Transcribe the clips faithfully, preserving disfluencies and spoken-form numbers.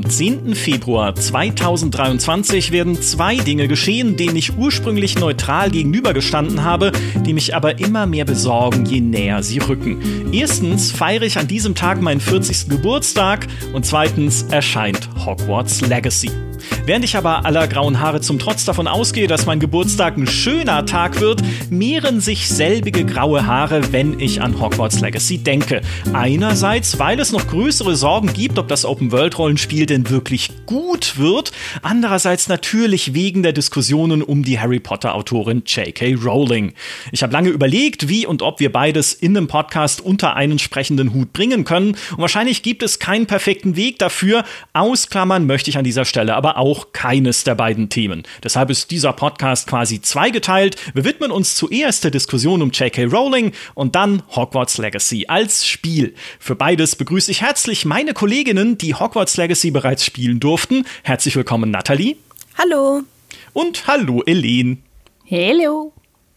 Am zehnten Februar zweitausenddreiundzwanzig werden zwei Dinge geschehen, denen ich ursprünglich neutral gegenübergestanden habe, die mich aber immer mehr besorgen, je näher sie rücken. Erstens feiere ich an diesem Tag meinen vierzigsten Geburtstag und zweitens erscheint Hogwarts Legacy. Während ich aber aller grauen Haare zum Trotz davon ausgehe, dass mein Geburtstag ein schöner Tag wird, mehren sich selbige graue Haare, wenn ich an Hogwarts Legacy denke. Einerseits, weil es noch größere Sorgen gibt, ob das Open-World-Rollenspiel denn wirklich gut wird. Andererseits natürlich wegen der Diskussionen um die Harry Potter-Autorin J K Rowling. Ich habe lange überlegt, wie und ob wir beides in einem Podcast unter einen sprechenden Hut bringen können. Und wahrscheinlich gibt es keinen perfekten Weg dafür. Ausklammern möchte ich an dieser Stelle aber auch keines der beiden Themen. Deshalb ist dieser Podcast quasi zweigeteilt. Wir widmen uns zuerst der Diskussion um J K Rowling und dann Hogwarts Legacy als Spiel. Für beides begrüße ich herzlich meine Kolleginnen, die Hogwarts Legacy bereits spielen durften. Herzlich willkommen, Nathalie. Hallo. Und hallo, Elen. Hallo.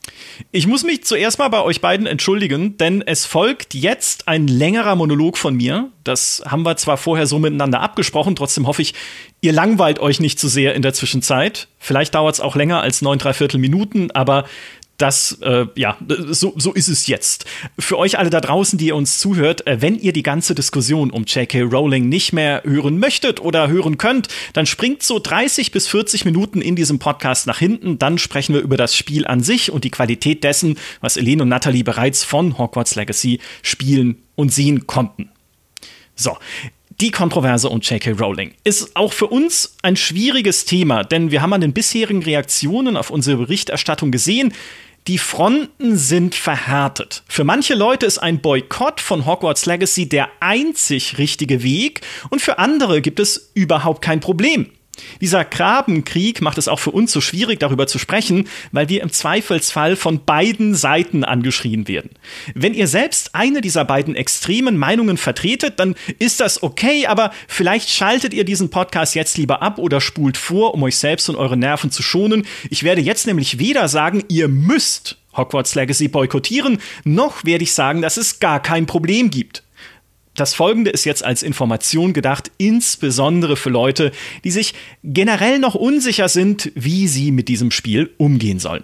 Ich muss mich zuerst mal bei euch beiden entschuldigen, denn es folgt jetzt ein längerer Monolog von mir. Das haben wir zwar vorher so miteinander abgesprochen, trotzdem hoffe ich, ihr langweilt euch nicht zu sehr in der Zwischenzeit. Vielleicht dauert es auch länger als neun Dreiviertel Minuten, aber das, äh, ja, so, so ist es jetzt. Für euch alle da draußen, die ihr uns zuhört, äh, wenn ihr die ganze Diskussion um J K Rowling nicht mehr hören möchtet oder hören könnt, dann springt so dreißig bis vierzig Minuten in diesem Podcast nach hinten. Dann sprechen wir über das Spiel an sich und die Qualität dessen, was Elen und Nathalie bereits von Hogwarts Legacy spielen und sehen konnten. So. Die Kontroverse um J K Rowling ist auch für uns ein schwieriges Thema, denn wir haben an den bisherigen Reaktionen auf unsere Berichterstattung gesehen, die Fronten sind verhärtet. Für manche Leute ist ein Boykott von Hogwarts Legacy der einzig richtige Weg und für andere gibt es überhaupt kein Problem. Dieser Grabenkrieg macht es auch für uns so schwierig, darüber zu sprechen, weil wir im Zweifelsfall von beiden Seiten angeschrien werden. Wenn ihr selbst eine dieser beiden extremen Meinungen vertretet, dann ist das okay, aber vielleicht schaltet ihr diesen Podcast jetzt lieber ab oder spult vor, um euch selbst und eure Nerven zu schonen. Ich werde jetzt nämlich weder sagen, ihr müsst Hogwarts Legacy boykottieren, noch werde ich sagen, dass es gar kein Problem gibt. Das Folgende ist jetzt als Information gedacht, insbesondere für Leute, die sich generell noch unsicher sind, wie sie mit diesem Spiel umgehen sollen.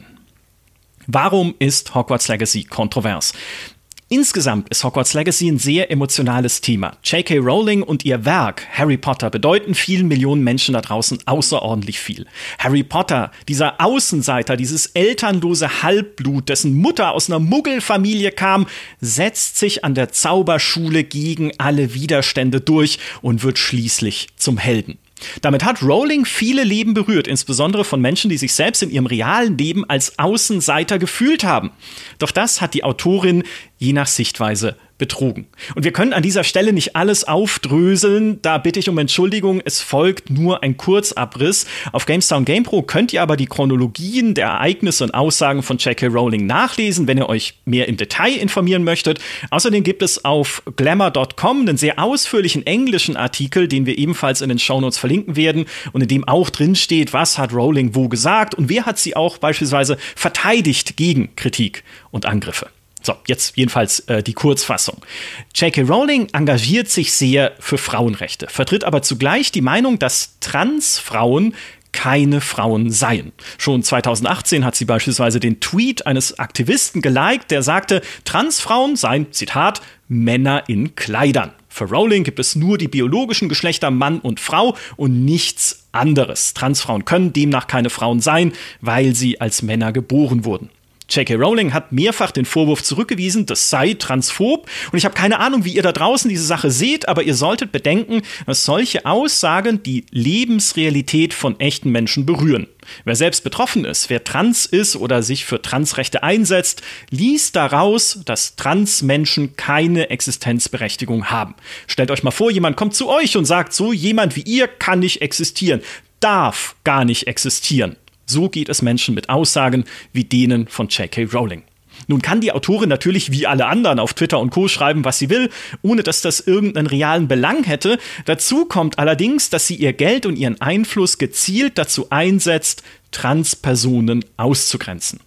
Warum ist Hogwarts Legacy kontrovers? Insgesamt ist Hogwarts Legacy ein sehr emotionales Thema. J K Rowling und ihr Werk Harry Potter bedeuten vielen Millionen Menschen da draußen außerordentlich viel. Harry Potter, dieser Außenseiter, dieses elternlose Halbblut, dessen Mutter aus einer Muggelfamilie kam, setzt sich an der Zauberschule gegen alle Widerstände durch und wird schließlich zum Helden. Damit hat Rowling viele Leben berührt, insbesondere von Menschen, die sich selbst in ihrem realen Leben als Außenseiter gefühlt haben. Doch das hat die Autorin je nach Sichtweise betrogen. Und wir können an dieser Stelle nicht alles aufdröseln, da bitte ich um Entschuldigung, es folgt nur ein Kurzabriss. Auf GameStar GamePro könnt ihr aber die Chronologien der Ereignisse und Aussagen von J K Rowling nachlesen, wenn ihr euch mehr im Detail informieren möchtet. Außerdem gibt es auf glamour Punkt com einen sehr ausführlichen englischen Artikel, den wir ebenfalls in den Shownotes verlinken werden und in dem auch drin steht, was hat Rowling wo gesagt und wer hat sie auch beispielsweise verteidigt gegen Kritik und Angriffe. So, jetzt jedenfalls äh, die Kurzfassung. J K Rowling engagiert sich sehr für Frauenrechte, vertritt aber zugleich die Meinung, dass Transfrauen keine Frauen seien. Schon zweitausendachtzehn hat sie beispielsweise den Tweet eines Aktivisten geliked, der sagte, Transfrauen seien, Zitat, Männer in Kleidern. Für Rowling gibt es nur die biologischen Geschlechter Mann und Frau und nichts anderes. Transfrauen können demnach keine Frauen sein, weil sie als Männer geboren wurden. J K Rowling hat mehrfach den Vorwurf zurückgewiesen, das sei transphob. Und ich habe keine Ahnung, wie ihr da draußen diese Sache seht, aber ihr solltet bedenken, dass solche Aussagen die Lebensrealität von echten Menschen berühren. Wer selbst betroffen ist, wer trans ist oder sich für Transrechte einsetzt, liest daraus, dass Transmenschen keine Existenzberechtigung haben. Stellt euch mal vor, jemand kommt zu euch und sagt, so jemand wie ihr kann nicht existieren, darf gar nicht existieren. So geht es Menschen mit Aussagen wie denen von J K Rowling. Nun kann die Autorin natürlich wie alle anderen auf Twitter und Co. schreiben, was sie will, ohne dass das irgendeinen realen Belang hätte. Dazu kommt allerdings, dass sie ihr Geld und ihren Einfluss gezielt dazu einsetzt, Transpersonen auszugrenzen.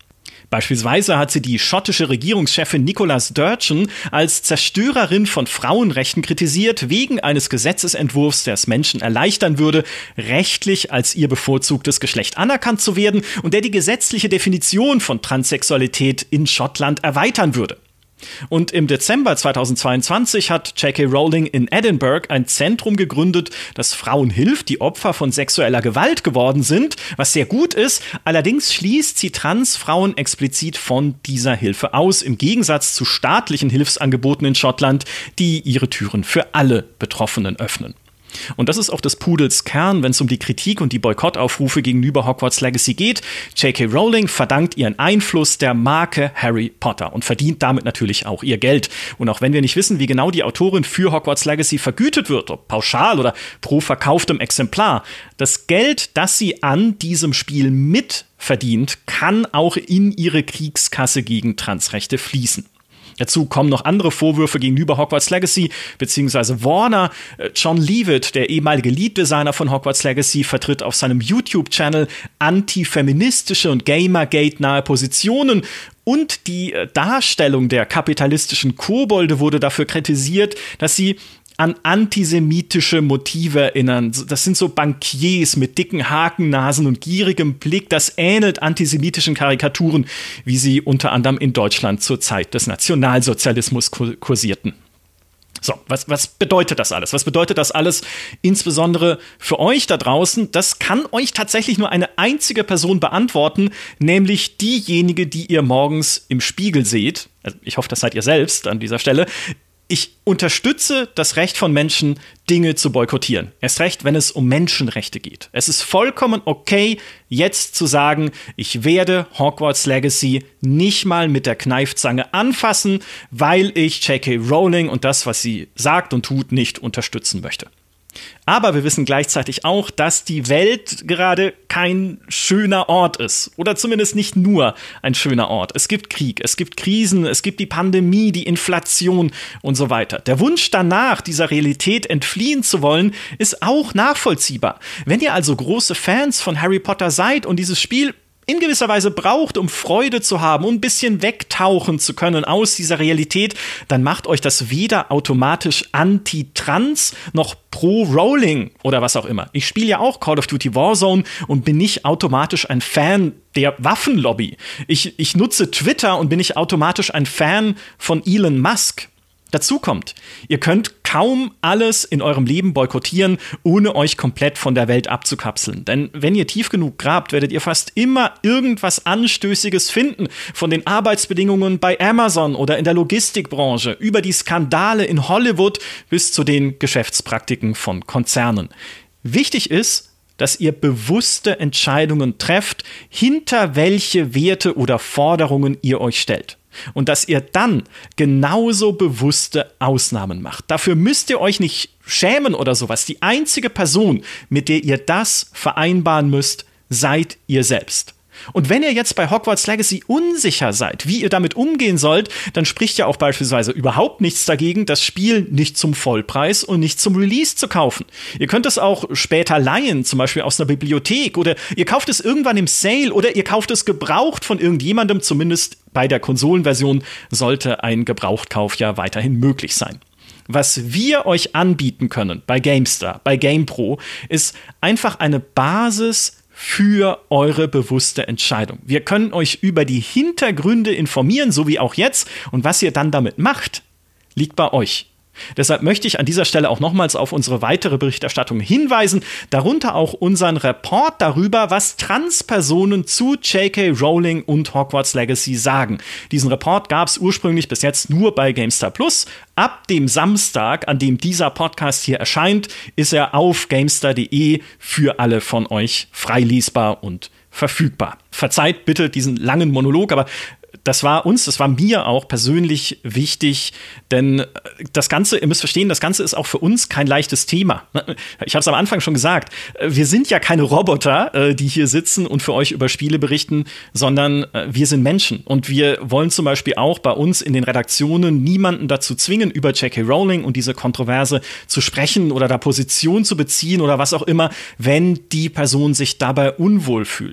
Beispielsweise hat sie die schottische Regierungschefin Nicola Sturgeon als Zerstörerin von Frauenrechten kritisiert, wegen eines Gesetzesentwurfs, der es Menschen erleichtern würde, rechtlich als ihr bevorzugtes Geschlecht anerkannt zu werden und der die gesetzliche Definition von Transsexualität in Schottland erweitern würde. Und im Dezember zweitausendzweiundzwanzig hat J K Rowling in Edinburgh ein Zentrum gegründet, das Frauen hilft, die Opfer von sexueller Gewalt geworden sind, was sehr gut ist. Allerdings schließt sie Transfrauen explizit von dieser Hilfe aus, im Gegensatz zu staatlichen Hilfsangeboten in Schottland, die ihre Türen für alle Betroffenen öffnen. Und das ist auch des Pudels Kern, wenn es um die Kritik und die Boykottaufrufe gegenüber Hogwarts Legacy geht. J K Rowling verdankt ihren Einfluss der Marke Harry Potter und verdient damit natürlich auch ihr Geld. Und auch wenn wir nicht wissen, wie genau die Autorin für Hogwarts Legacy vergütet wird, ob pauschal oder pro verkauftem Exemplar, das Geld, das sie an diesem Spiel mitverdient, kann auch in ihre Kriegskasse gegen Transrechte fließen. Dazu kommen noch andere Vorwürfe gegenüber Hogwarts Legacy bzw. Warner. John Leavitt, der ehemalige Lead-Designer von Hogwarts Legacy, vertritt auf seinem YouTube-Channel antifeministische und Gamergate-nahe Positionen. Und die Darstellung der kapitalistischen Kobolde wurde dafür kritisiert, dass sie an antisemitische Motive erinnern. Das sind so Bankiers mit dicken Hakennasen und gierigem Blick. Das ähnelt antisemitischen Karikaturen, wie sie unter anderem in Deutschland zur Zeit des Nationalsozialismus kursierten. So, was, was bedeutet das alles? Was bedeutet das alles insbesondere für euch da draußen? Das kann euch tatsächlich nur eine einzige Person beantworten, nämlich diejenige, die ihr morgens im Spiegel seht. Also ich hoffe, das seid ihr selbst an dieser Stelle. Ich unterstütze das Recht von Menschen, Dinge zu boykottieren. Erst recht, wenn es um Menschenrechte geht. Es ist vollkommen okay, jetzt zu sagen, ich werde Hogwarts Legacy nicht mal mit der Kneifzange anfassen, weil ich J K Rowling und das, was sie sagt und tut, nicht unterstützen möchte. Aber wir wissen gleichzeitig auch, dass die Welt gerade kein schöner Ort ist. Oder zumindest nicht nur ein schöner Ort. Es gibt Krieg, es gibt Krisen, es gibt die Pandemie, die Inflation und so weiter. Der Wunsch danach, dieser Realität entfliehen zu wollen, ist auch nachvollziehbar. Wenn ihr also große Fans von Harry Potter seid und dieses Spiel in gewisser Weise braucht, um Freude zu haben, um ein bisschen wegtauchen zu können aus dieser Realität, dann macht euch das weder automatisch anti-trans noch pro-Rowling oder was auch immer. Ich spiele ja auch Call of Duty Warzone und bin nicht automatisch ein Fan der Waffenlobby. Ich, ich nutze Twitter und bin nicht automatisch ein Fan von Elon Musk. Dazu kommt, ihr könnt kaum alles in eurem Leben boykottieren, ohne euch komplett von der Welt abzukapseln. Denn wenn ihr tief genug grabt, werdet ihr fast immer irgendwas Anstößiges finden. Von den Arbeitsbedingungen bei Amazon oder in der Logistikbranche, über die Skandale in Hollywood bis zu den Geschäftspraktiken von Konzernen. Wichtig ist, dass ihr bewusste Entscheidungen trefft, hinter welche Werte oder Forderungen ihr euch stellt. Und dass ihr dann genauso bewusste Ausnahmen macht. Dafür müsst ihr euch nicht schämen oder sowas. Die einzige Person, mit der ihr das vereinbaren müsst, seid ihr selbst. Und wenn ihr jetzt bei Hogwarts Legacy unsicher seid, wie ihr damit umgehen sollt, dann spricht ja auch beispielsweise überhaupt nichts dagegen, das Spiel nicht zum Vollpreis und nicht zum Release zu kaufen. Ihr könnt es auch später leihen, zum Beispiel aus einer Bibliothek, oder ihr kauft es irgendwann im Sale oder ihr kauft es gebraucht von irgendjemandem, zumindest bei der Konsolenversion sollte ein Gebrauchtkauf ja weiterhin möglich sein. Was wir euch anbieten können bei GameStar, bei GamePro, ist einfach eine Basis für eure bewusste Entscheidung. Wir können euch über die Hintergründe informieren, so wie auch jetzt. Und was ihr dann damit macht, liegt bei euch. Deshalb möchte ich an dieser Stelle auch nochmals auf unsere weitere Berichterstattung hinweisen, darunter auch unseren Report darüber, was Transpersonen zu J K Rowling und Hogwarts Legacy sagen. Diesen Report gab es ursprünglich bis jetzt nur bei GameStar Plus. Ab dem Samstag, an dem dieser Podcast hier erscheint, ist er auf gamestar punkt de für alle von euch freilesbar und verfügbar. Verzeiht bitte diesen langen Monolog, aber das war uns, das war mir auch persönlich wichtig, denn das Ganze, ihr müsst verstehen, das Ganze ist auch für uns kein leichtes Thema. Ich habe es am Anfang schon gesagt, wir sind ja keine Roboter, die hier sitzen und für euch über Spiele berichten, sondern wir sind Menschen. Und wir wollen zum Beispiel auch bei uns in den Redaktionen niemanden dazu zwingen, über J K Rowling und diese Kontroverse zu sprechen oder da Position zu beziehen oder was auch immer, wenn die Person sich dabei unwohl fühlt.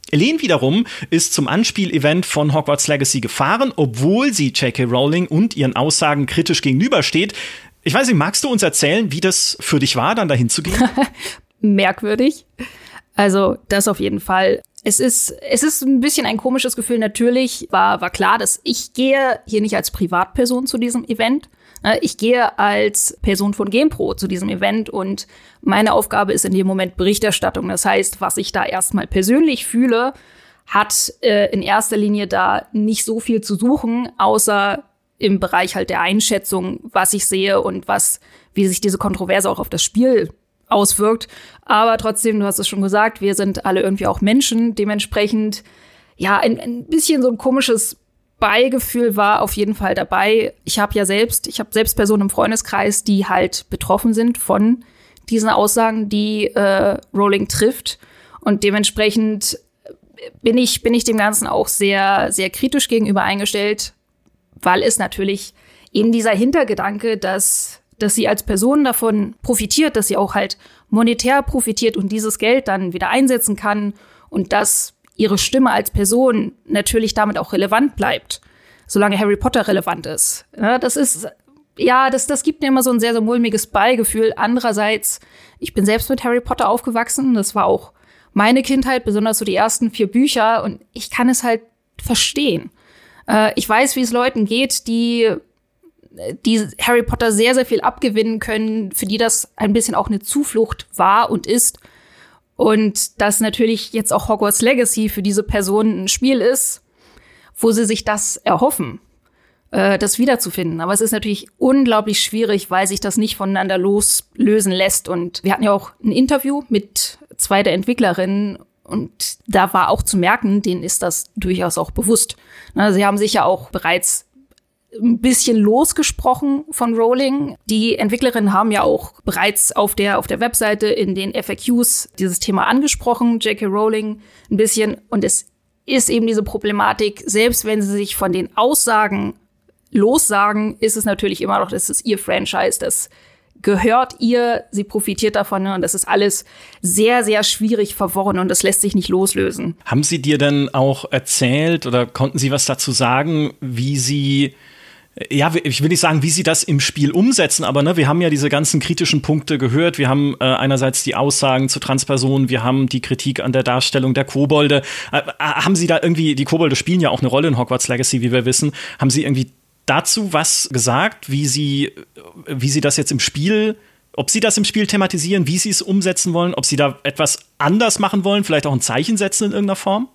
Elaine wiederum ist zum Anspielevent von Hogwarts Legacy gefahren, obwohl sie J K. Rowling und ihren Aussagen kritisch gegenübersteht. Ich weiß nicht, magst du uns erzählen, wie das für dich war, dann dahin zu gehen? Merkwürdig. Also das auf jeden Fall. Es ist, es ist ein bisschen ein komisches Gefühl. Natürlich war, war klar, dass ich gehe hier nicht als Privatperson zu diesem Event. Ich gehe als Person von GamePro zu diesem Event und meine Aufgabe ist in dem Moment Berichterstattung. Das heißt, was ich da erstmal persönlich fühle, hat äh, in erster Linie da nicht so viel zu suchen, außer im Bereich halt der Einschätzung, was ich sehe und was, wie sich diese Kontroverse auch auf das Spiel auswirkt. Aber trotzdem, du hast es schon gesagt, wir sind alle irgendwie auch Menschen. Dementsprechend, ja, ein, ein bisschen so ein komisches Beigefühl war auf jeden Fall dabei. Ich habe ja selbst, ich habe selbst Personen im Freundeskreis, die halt betroffen sind von diesen Aussagen, die äh, Rowling trifft. Und dementsprechend bin ich, bin ich dem Ganzen auch sehr, sehr kritisch gegenüber eingestellt, weil es natürlich eben dieser Hintergedanke, dass, dass sie als Person davon profitiert, dass sie auch halt monetär profitiert und dieses Geld dann wieder einsetzen kann und dass ihre Stimme als Person natürlich damit auch relevant bleibt, solange Harry Potter relevant ist. Ja, das ist, ja, das, das gibt mir immer so ein sehr, sehr mulmiges Beigefühl. Andererseits, ich bin selbst mit Harry Potter aufgewachsen. Das war auch meine Kindheit, besonders so die ersten vier Bücher. Und ich kann es halt verstehen. Äh, ich weiß, wie es Leuten geht, die, die Harry Potter sehr, sehr viel abgewinnen können, für die das ein bisschen auch eine Zuflucht war und ist. Und dass natürlich jetzt auch Hogwarts Legacy für diese Personen ein Spiel ist, wo sie sich das erhoffen, äh, das wiederzufinden. Aber es ist natürlich unglaublich schwierig, weil sich das nicht voneinander loslösen lässt. Und wir hatten ja auch ein Interview mit zwei der Entwicklerinnen. Und da war auch zu merken, denen ist das durchaus auch bewusst. Na, sie haben sich ja auch bereits ein bisschen losgesprochen von Rowling. Die Entwicklerinnen haben ja auch bereits auf der auf der Webseite in den F A Qs dieses Thema angesprochen, J K. Rowling ein bisschen. Und es ist eben diese Problematik, selbst wenn sie sich von den Aussagen lossagen, ist es natürlich immer noch, das ist ihr Franchise, das gehört ihr, sie profitiert davon, ne? Und das ist alles sehr, sehr schwierig verworren und das lässt sich nicht loslösen. Haben sie dir denn auch erzählt oder konnten sie was dazu sagen, wie sie Ja, ich will nicht sagen, wie sie das im Spiel umsetzen, aber ne, wir haben ja diese ganzen kritischen Punkte gehört. Wir haben äh, einerseits die Aussagen zu Transpersonen, wir haben die Kritik an der Darstellung der Kobolde. Äh, haben sie da irgendwie, die Kobolde spielen ja auch eine Rolle in Hogwarts Legacy, wie wir wissen. Haben sie irgendwie dazu was gesagt, wie sie, wie sie das jetzt im Spiel, ob sie das im Spiel thematisieren, wie sie es umsetzen wollen, ob sie da etwas anders machen wollen, vielleicht auch ein Zeichen setzen in irgendeiner Form?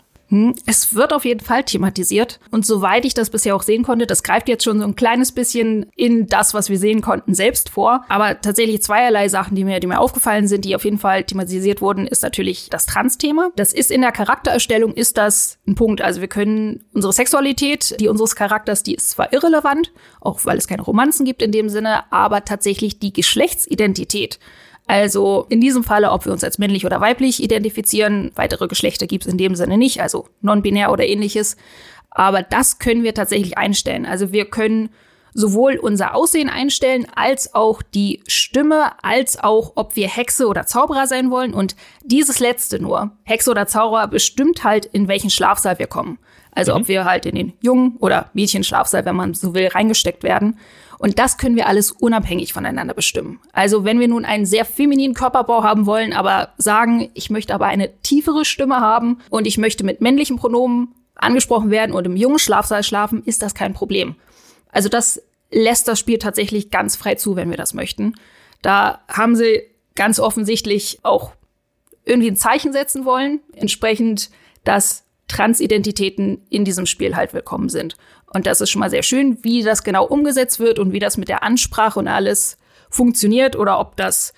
Es wird auf jeden Fall thematisiert. Und soweit ich das bisher auch sehen konnte, das greift jetzt schon so ein kleines bisschen in das, was wir sehen konnten, selbst vor. Aber tatsächlich zweierlei Sachen, die mir, die mir aufgefallen sind, die auf jeden Fall thematisiert wurden, ist natürlich das Trans-Thema. Das ist in der Charaktererstellung, ist das ein Punkt. Also wir können unsere Sexualität, die unseres Charakters, die ist zwar irrelevant, auch weil es keine Romanzen gibt in dem Sinne, aber tatsächlich die Geschlechtsidentität. Also in diesem Falle, ob wir uns als männlich oder weiblich identifizieren, weitere Geschlechter gibt es in dem Sinne nicht, also non-binär oder ähnliches. Aber das können wir tatsächlich einstellen. Also wir können sowohl unser Aussehen einstellen, als auch die Stimme, als auch, ob wir Hexe oder Zauberer sein wollen. Und dieses Letzte nur, Hexe oder Zauberer, bestimmt halt, in welchen Schlafsaal wir kommen. Also mhm. ob wir halt in den Jungen- oder Mädchenschlafsaal, wenn man so will, reingesteckt werden. Und das können wir alles unabhängig voneinander bestimmen. Also wenn wir nun einen sehr femininen Körperbau haben wollen, aber sagen, ich möchte aber eine tiefere Stimme haben und ich möchte mit männlichen Pronomen angesprochen werden und im jungen Schlafsaal schlafen, ist das kein Problem. Also das lässt das Spiel tatsächlich ganz frei zu, wenn wir das möchten. Da haben sie ganz offensichtlich auch irgendwie ein Zeichen setzen wollen, entsprechend, dass Transidentitäten in diesem Spiel halt willkommen sind. Und das ist schon mal sehr schön, wie das genau umgesetzt wird und wie das mit der Ansprache und alles funktioniert oder ob das,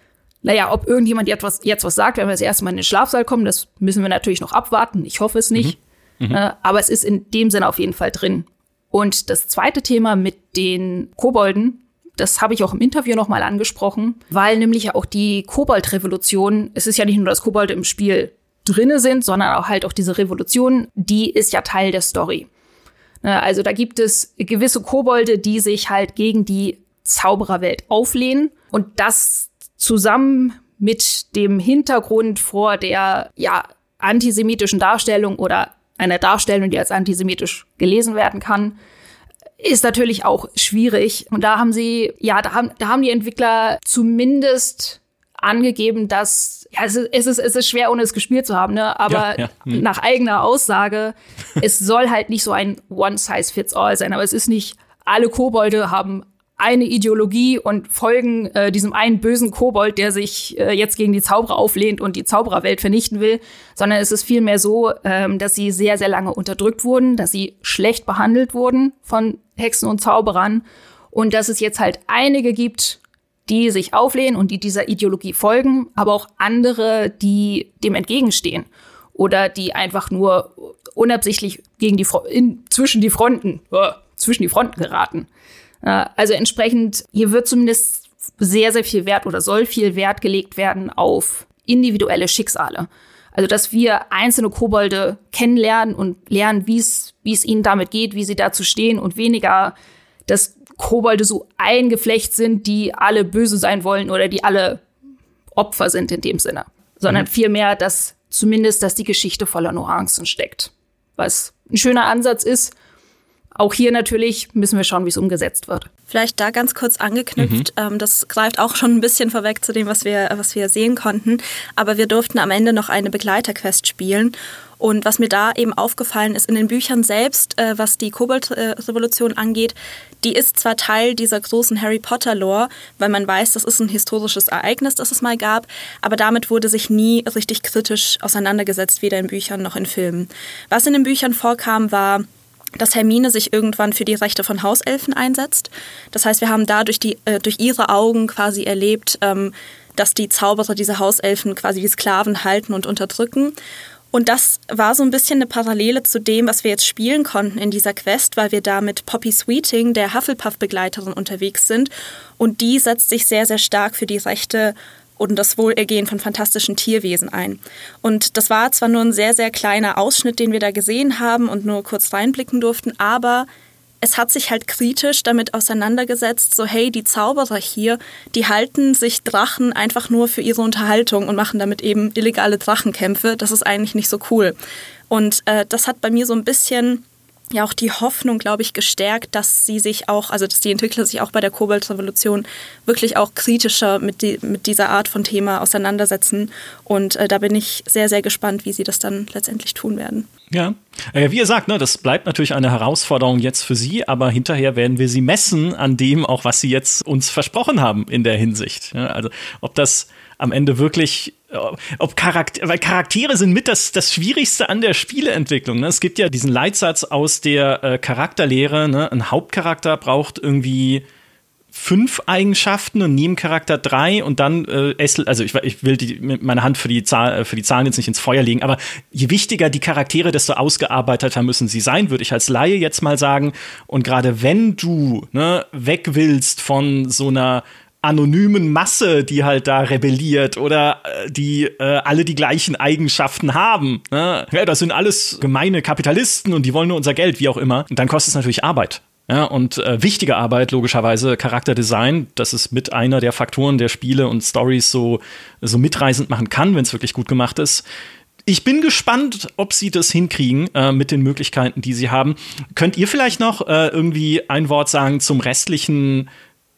naja, ob irgendjemand jetzt was, jetzt was sagt, wenn wir das erste Mal in den Schlafsaal kommen, das müssen wir natürlich noch abwarten. Ich hoffe es nicht. Mhm. Mhm. Äh, aber es ist in dem Sinne auf jeden Fall drin. Und das zweite Thema mit den Kobolden, das habe ich auch im Interview noch mal angesprochen, weil nämlich ja auch die Kobold-Revolution, es ist ja nicht nur, dass Kobolde im Spiel drinne sind, sondern auch halt auch diese Revolution, die ist ja Teil der Story. Also da gibt es gewisse Kobolde, die sich halt gegen die Zaubererwelt auflehnen und das zusammen mit dem Hintergrund vor der, ja, antisemitischen Darstellung oder einer Darstellung, die als antisemitisch gelesen werden kann, ist natürlich auch schwierig. Und da haben sie, ja, da haben, da haben die Entwickler zumindest angegeben, dass, ja, es ist, es ist, es ist schwer, ohne es gespielt zu haben, ne, aber ja, ja. Hm. nach eigener Aussage, es soll halt nicht so ein One-Size-Fits-All sein, aber es ist nicht, alle Kobolde haben eine Ideologie und folgen äh, diesem einen bösen Kobold, der sich äh, jetzt gegen die Zauberer auflehnt und die Zaubererwelt vernichten will, sondern es ist vielmehr so, ähm, dass sie sehr, sehr lange unterdrückt wurden, dass sie schlecht behandelt wurden von Hexen und Zauberern und dass es jetzt halt einige gibt, die sich auflehnen und die dieser Ideologie folgen, aber auch andere, die dem entgegenstehen oder die einfach nur unabsichtlich gegen die Fro- in, zwischen die Fronten, äh, zwischen die Fronten geraten. Also entsprechend, hier wird zumindest sehr, sehr viel Wert oder soll viel Wert gelegt werden auf individuelle Schicksale. Also, dass wir einzelne Kobolde kennenlernen und lernen, wie es wie es ihnen damit geht, wie sie dazu stehen und weniger, dass Kobolde so ein Geflecht sind, die alle böse sein wollen oder die alle Opfer sind in dem Sinne. Sondern mhm. vielmehr, dass zumindest, dass die Geschichte voller Nuancen steckt. Was ein schöner Ansatz ist. Auch hier natürlich müssen wir schauen, wie es umgesetzt wird. Vielleicht da ganz kurz angeknüpft, mhm. ähm, das greift auch schon ein bisschen vorweg zu dem, was wir, was wir sehen konnten. Aber wir durften am Ende noch eine Begleiterquest spielen. Und was mir da eben aufgefallen ist, in den Büchern selbst, äh, was die Kobold-Revolution angeht, die ist zwar Teil dieser großen Harry Potter-Lore, weil man weiß, das ist ein historisches Ereignis, das es mal gab, aber damit wurde sich nie richtig kritisch auseinandergesetzt, weder in Büchern noch in Filmen. Was in den Büchern vorkam, war, dass Hermine sich irgendwann für die Rechte von Hauselfen einsetzt. Das heißt, wir haben da durch, die, äh, durch ihre Augen quasi erlebt, ähm, dass die Zauberer diese Hauselfen quasi wie Sklaven halten und unterdrücken. Und das war so ein bisschen eine Parallele zu dem, was wir jetzt spielen konnten in dieser Quest, weil wir da mit Poppy Sweeting, der Hufflepuff-Begleiterin, unterwegs sind. Und die setzt sich sehr, sehr stark für die Rechte und das Wohlergehen von fantastischen Tierwesen ein. Und das war zwar nur ein sehr, sehr kleiner Ausschnitt, den wir da gesehen haben und nur kurz reinblicken durften, aber es hat sich halt kritisch damit auseinandergesetzt, so hey, die Zauberer hier, die halten sich Drachen einfach nur für ihre Unterhaltung und machen damit eben illegale Drachenkämpfe. Das ist eigentlich nicht so cool. Und äh, das hat bei mir so ein bisschen ja auch die Hoffnung, glaube ich, gestärkt, dass sie sich auch, also dass die Entwickler sich auch bei der Kobold-Revolution wirklich auch kritischer mit, die, mit dieser Art von Thema auseinandersetzen. Und äh, da bin ich sehr, sehr gespannt, wie sie das dann letztendlich tun werden. Ja, äh, wie ihr sagt, ne, das bleibt natürlich eine Herausforderung jetzt für Sie, aber hinterher werden wir sie messen an dem auch, was Sie jetzt uns versprochen haben in der Hinsicht. Ja, also ob das am Ende wirklich, ob Charakter, weil Charaktere sind mit das, das Schwierigste an der Spieleentwicklung. Ne? Es gibt ja diesen Leitsatz aus der äh, Charakterlehre, ne? Ein Hauptcharakter braucht irgendwie fünf Eigenschaften und Nebencharakter drei und dann äh, also ich, ich will die, meine Hand für die, Zahl, für die Zahlen jetzt nicht ins Feuer legen, aber je wichtiger die Charaktere, desto ausgearbeiteter müssen sie sein, würde ich als Laie jetzt mal sagen. Und gerade wenn du ne, weg willst von so einer anonymen Masse, die halt da rebelliert oder äh, die äh, alle die gleichen Eigenschaften haben. Ne? Ja, das sind alles gemeine Kapitalisten und die wollen nur unser Geld, wie auch immer. Und dann kostet es natürlich Arbeit. Ja, und äh, wichtige Arbeit, logischerweise, Charakterdesign, das ist mit einer der Faktoren der Spiele und Stories so, so mitreisend machen kann, wenn es wirklich gut gemacht ist. Ich bin gespannt, ob sie das hinkriegen äh, mit den Möglichkeiten, die sie haben. Könnt ihr vielleicht noch äh, irgendwie ein Wort sagen zum restlichen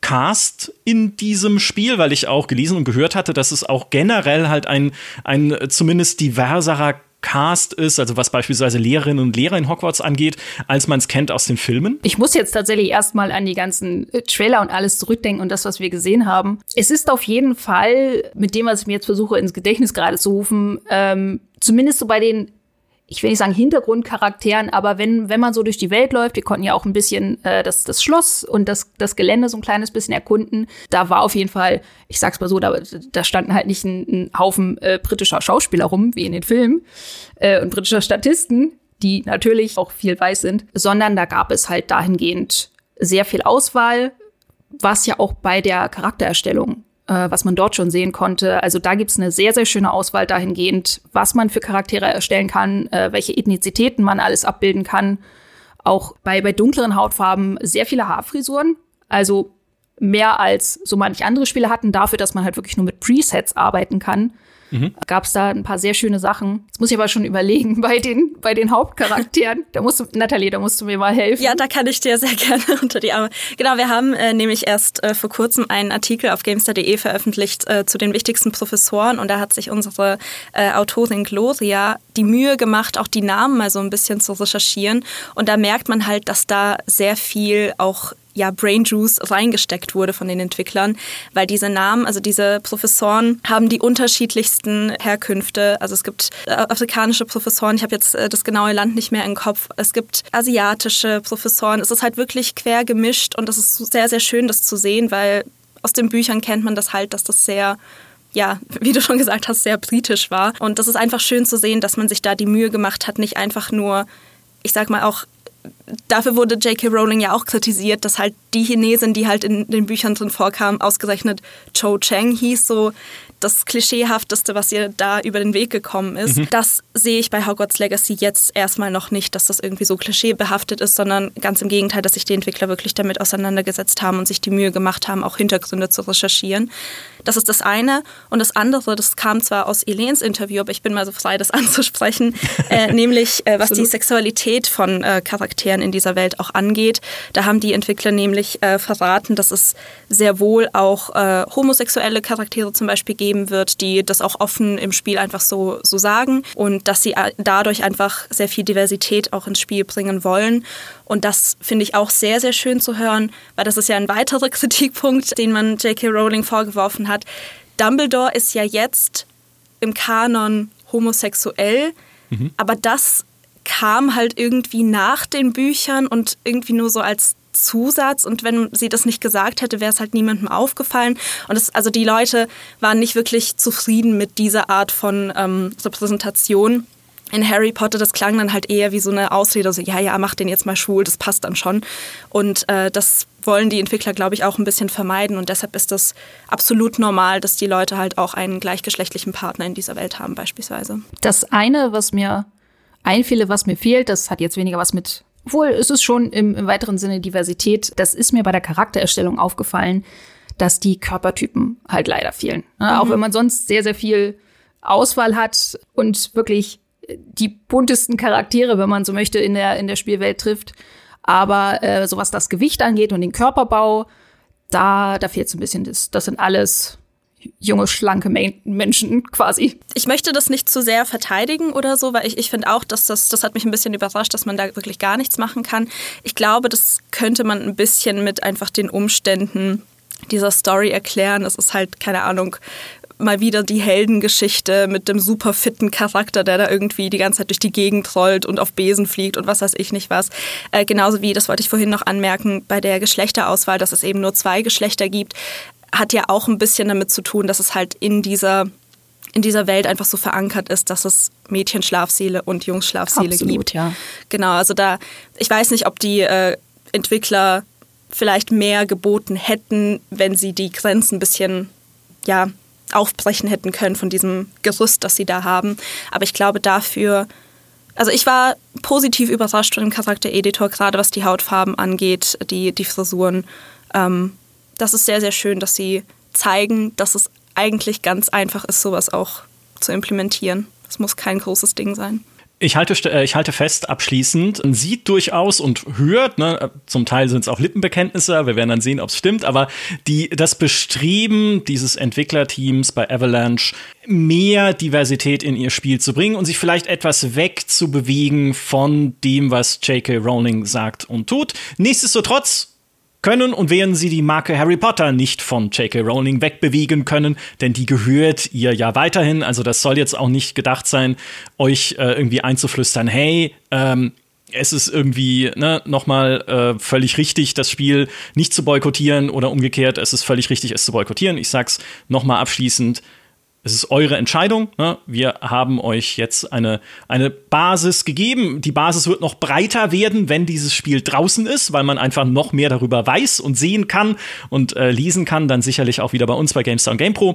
Cast in diesem Spiel, weil ich auch gelesen und gehört hatte, dass es auch generell halt ein, ein zumindest diverserer Cast ist, also was beispielsweise Lehrerinnen und Lehrer in Hogwarts angeht, als man es kennt aus den Filmen. Ich muss jetzt tatsächlich erstmal an die ganzen Trailer und alles zurückdenken und das, was wir gesehen haben. Es ist auf jeden Fall, mit dem, was ich mir jetzt versuche, ins Gedächtnis gerade zu rufen, ähm, zumindest so bei den, ich will nicht sagen Hintergrundcharakteren, aber wenn wenn man so durch die Welt läuft, wir konnten ja auch ein bisschen äh, das das Schloss und das das Gelände so ein kleines bisschen erkunden. Da war auf jeden Fall, ich sag's mal so, da, da standen halt nicht ein, ein Haufen äh, britischer Schauspieler rum, wie in den Filmen, äh, und britischer Statisten, die natürlich auch viel weiß sind, sondern da gab es halt dahingehend sehr viel Auswahl, was ja auch bei der Charaktererstellung was man dort schon sehen konnte. Also da gibt's eine sehr, sehr schöne Auswahl dahingehend, was man für Charaktere erstellen kann, äh, welche Ethnizitäten man alles abbilden kann. Auch bei, bei dunkleren Hautfarben sehr viele Haarfrisuren. Also mehr als so manche andere Spiele hatten, dafür, dass man halt wirklich nur mit Presets arbeiten kann. mhm. gab es da ein paar sehr schöne Sachen. Jetzt muss ich aber schon überlegen, bei den, bei den Hauptcharakteren. Da musst du, Nathalie, da musst du mir mal helfen. Ja, da kann ich dir sehr gerne unter die Arme. Genau, wir haben äh, nämlich erst äh, vor kurzem einen Artikel auf gamestar punkt de veröffentlicht äh, zu den wichtigsten Professoren und da hat sich unsere äh, Autorin Gloria die Mühe gemacht, auch die Namen mal so ein bisschen zu recherchieren und da merkt man halt, dass da sehr viel auch ja, Brain Juice reingesteckt wurde von den Entwicklern, weil diese Namen, also diese Professoren haben die unterschiedlichsten Herkünfte. Also es gibt äh, afrikanische Professoren, ich habe jetzt äh, das genaue Land nicht mehr im Kopf. Es gibt asiatische Professoren. Es ist halt wirklich quer gemischt und es ist sehr, sehr schön, das zu sehen, weil aus den Büchern kennt man das halt, dass das sehr ja, wie du schon gesagt hast, sehr britisch war. Und das ist einfach schön zu sehen, dass man sich da die Mühe gemacht hat, nicht einfach nur, ich sag mal auch, dafür wurde J K. Rowling ja auch kritisiert, dass halt die Chinesin, die halt in den Büchern drin vorkam, ausgerechnet Cho Chang hieß, so das Klischeehafteste, was ihr da über den Weg gekommen ist. Mhm. Das sehe ich bei Hogwarts Legacy jetzt erstmal noch nicht, dass das irgendwie so klischeebehaftet ist, sondern ganz im Gegenteil, dass sich die Entwickler wirklich damit auseinandergesetzt haben und sich die Mühe gemacht haben, auch Hintergründe zu recherchieren. Das ist das eine. Und das andere, das kam zwar aus Eleens Interview, aber ich bin mal so frei, das anzusprechen, äh, nämlich äh, was die Sexualität von äh, Charakteren in dieser Welt auch angeht. Da haben die Entwickler nämlich äh, verraten, dass es sehr wohl auch äh, homosexuelle Charaktere zum Beispiel geben wird, die das auch offen im Spiel einfach so, so sagen und dass sie dadurch einfach sehr viel Diversität auch ins Spiel bringen wollen. Und das finde ich auch sehr, sehr schön zu hören, weil das ist ja ein weiterer Kritikpunkt, den man J K. Rowling vorgeworfen hat. Dumbledore ist ja jetzt im Kanon homosexuell, mhm. aber das kam halt irgendwie nach den Büchern und irgendwie nur so als Zusatz und wenn sie das nicht gesagt hätte, wäre es halt niemandem aufgefallen und das, also die Leute waren nicht wirklich zufrieden mit dieser Art von ähm, Repräsentation in Harry Potter. Das klang dann halt eher wie so eine Ausrede, so ja, ja, mach den jetzt mal schwul, das passt dann schon und äh, das wollen die Entwickler, glaube ich, auch ein bisschen vermeiden und deshalb ist das absolut normal, dass die Leute halt auch einen gleichgeschlechtlichen Partner in dieser Welt haben beispielsweise. Das eine, was mir einfiele, was mir fehlt, das hat jetzt weniger was mit Obwohl, es ist schon im, im weiteren Sinne Diversität. Das ist mir bei der Charaktererstellung aufgefallen, dass die Körpertypen halt leider fehlen. Ja, mhm. Auch wenn man sonst sehr, sehr viel Auswahl hat und wirklich die buntesten Charaktere, wenn man so möchte, in der, in der Spielwelt trifft. Aber äh, so was das Gewicht angeht und den Körperbau, da, da fehlt es ein bisschen. Das, das sind alles junge, schlanke Menschen quasi. Ich möchte das nicht zu sehr verteidigen oder so, weil ich, ich finde auch, dass das, das hat mich ein bisschen überrascht, dass man da wirklich gar nichts machen kann. Ich glaube, das könnte man ein bisschen mit einfach den Umständen dieser Story erklären. Es ist halt, keine Ahnung, mal wieder die Heldengeschichte mit dem super fitten Charakter, der da irgendwie die ganze Zeit durch die Gegend rollt und auf Besen fliegt und was weiß ich nicht was. Äh, genauso wie, das wollte ich vorhin noch anmerken, bei der Geschlechterauswahl, dass es eben nur zwei Geschlechter gibt, hat ja auch ein bisschen damit zu tun, dass es halt in dieser, in dieser Welt einfach so verankert ist, dass es Mädchenschlafsäle und Jungsschlafsäle gibt. Ja. Genau, also da, ich weiß nicht, ob die äh, Entwickler vielleicht mehr geboten hätten, wenn sie die Grenzen ein bisschen, ja, aufbrechen hätten können von diesem Gerüst, das sie da haben. Aber ich glaube dafür, also ich war positiv überrascht von dem Charaktereditor, gerade was die Hautfarben angeht, die, die Frisuren. Ähm, das ist sehr, sehr schön, dass sie zeigen, dass es eigentlich ganz einfach ist, sowas auch zu implementieren. Das muss kein großes Ding sein. Ich halte, ich halte fest, abschließend, man sieht durchaus und hört, ne, zum Teil sind es auch Lippenbekenntnisse, wir werden dann sehen, ob es stimmt, aber die, das Bestreben dieses Entwicklerteams bei Avalanche, mehr Diversität in ihr Spiel zu bringen und sich vielleicht etwas wegzubewegen von dem, was J K. Rowling sagt und tut. Nichtsdestotrotz können und werden sie die Marke Harry Potter nicht von J K. Rowling wegbewegen können, denn die gehört ihr ja weiterhin. Also das soll jetzt auch nicht gedacht sein, euch äh, irgendwie einzuflüstern, hey, ähm, es ist irgendwie ne, nochmal äh, völlig richtig, das Spiel nicht zu boykottieren oder umgekehrt, es ist völlig richtig, es zu boykottieren. Ich sag's nochmal abschließend, es ist eure Entscheidung. Ne? Wir haben euch jetzt eine, eine Basis gegeben. Die Basis wird noch breiter werden, wenn dieses Spiel draußen ist, weil man einfach noch mehr darüber weiß und sehen kann und äh, lesen kann. Dann sicherlich auch wieder bei uns bei GameStar und GamePro.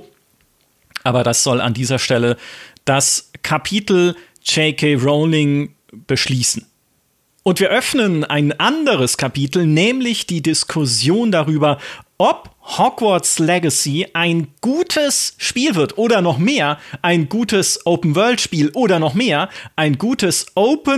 Aber das soll an dieser Stelle das Kapitel J K. Rowling beschließen. Und wir öffnen ein anderes Kapitel, nämlich die Diskussion darüber, ob Hogwarts Legacy ein gutes Spiel wird oder noch mehr, ein gutes Open-World-Spiel oder noch mehr, ein gutes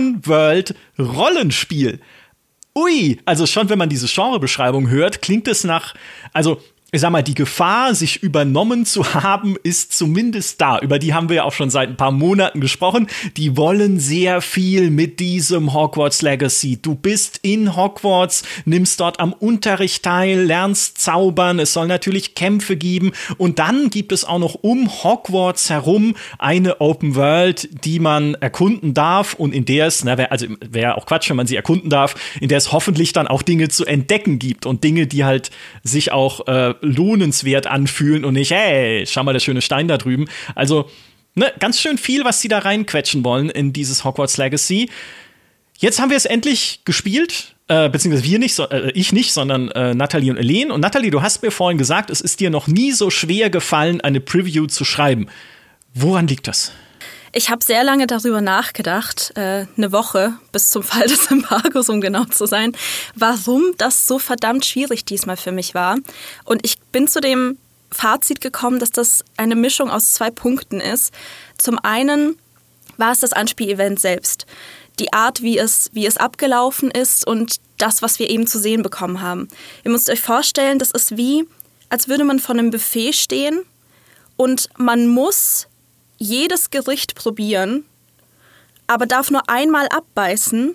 Open-World-Rollenspiel. Ui, also schon, wenn man diese Genrebeschreibung hört, klingt es nach, also ich sag mal, die Gefahr, sich übernommen zu haben, ist zumindest da. Über die haben wir ja auch schon seit ein paar Monaten gesprochen. Die wollen sehr viel mit diesem Hogwarts Legacy. Du bist in Hogwarts, nimmst dort am Unterricht teil, lernst zaubern. Es soll natürlich Kämpfe geben. Und dann gibt es auch noch um Hogwarts herum eine Open World, die man erkunden darf und in der es, na, wär, also wäre auch Quatsch, wenn man sie erkunden darf, in der es hoffentlich dann auch Dinge zu entdecken gibt und Dinge, die halt sich auch äh, lohnenswert anfühlen und nicht, hey, schau mal, der schöne Stein da drüben. Also, ne, ganz schön viel, was sie da reinquetschen wollen in dieses Hogwarts Legacy. Jetzt haben wir es endlich gespielt, äh, beziehungsweise wir nicht, so, äh, ich nicht, sondern äh, Nathalie und Elaine. Und Nathalie, du hast mir vorhin gesagt, es ist dir noch nie so schwer gefallen, eine Preview zu schreiben. Woran liegt das? Ich habe sehr lange darüber nachgedacht, äh, eine Woche bis zum Fall des Embargos, um genau zu sein, warum das so verdammt schwierig diesmal für mich war. Und ich bin zu dem Fazit gekommen, dass das eine Mischung aus zwei Punkten ist. Zum einen war es das Anspielevent selbst. Die Art, wie es, wie es abgelaufen ist und das, was wir eben zu sehen bekommen haben. Ihr müsst euch vorstellen, das ist wie, als würde man vor einem Buffet stehen und man muss jedes Gericht probieren, aber darf nur einmal abbeißen.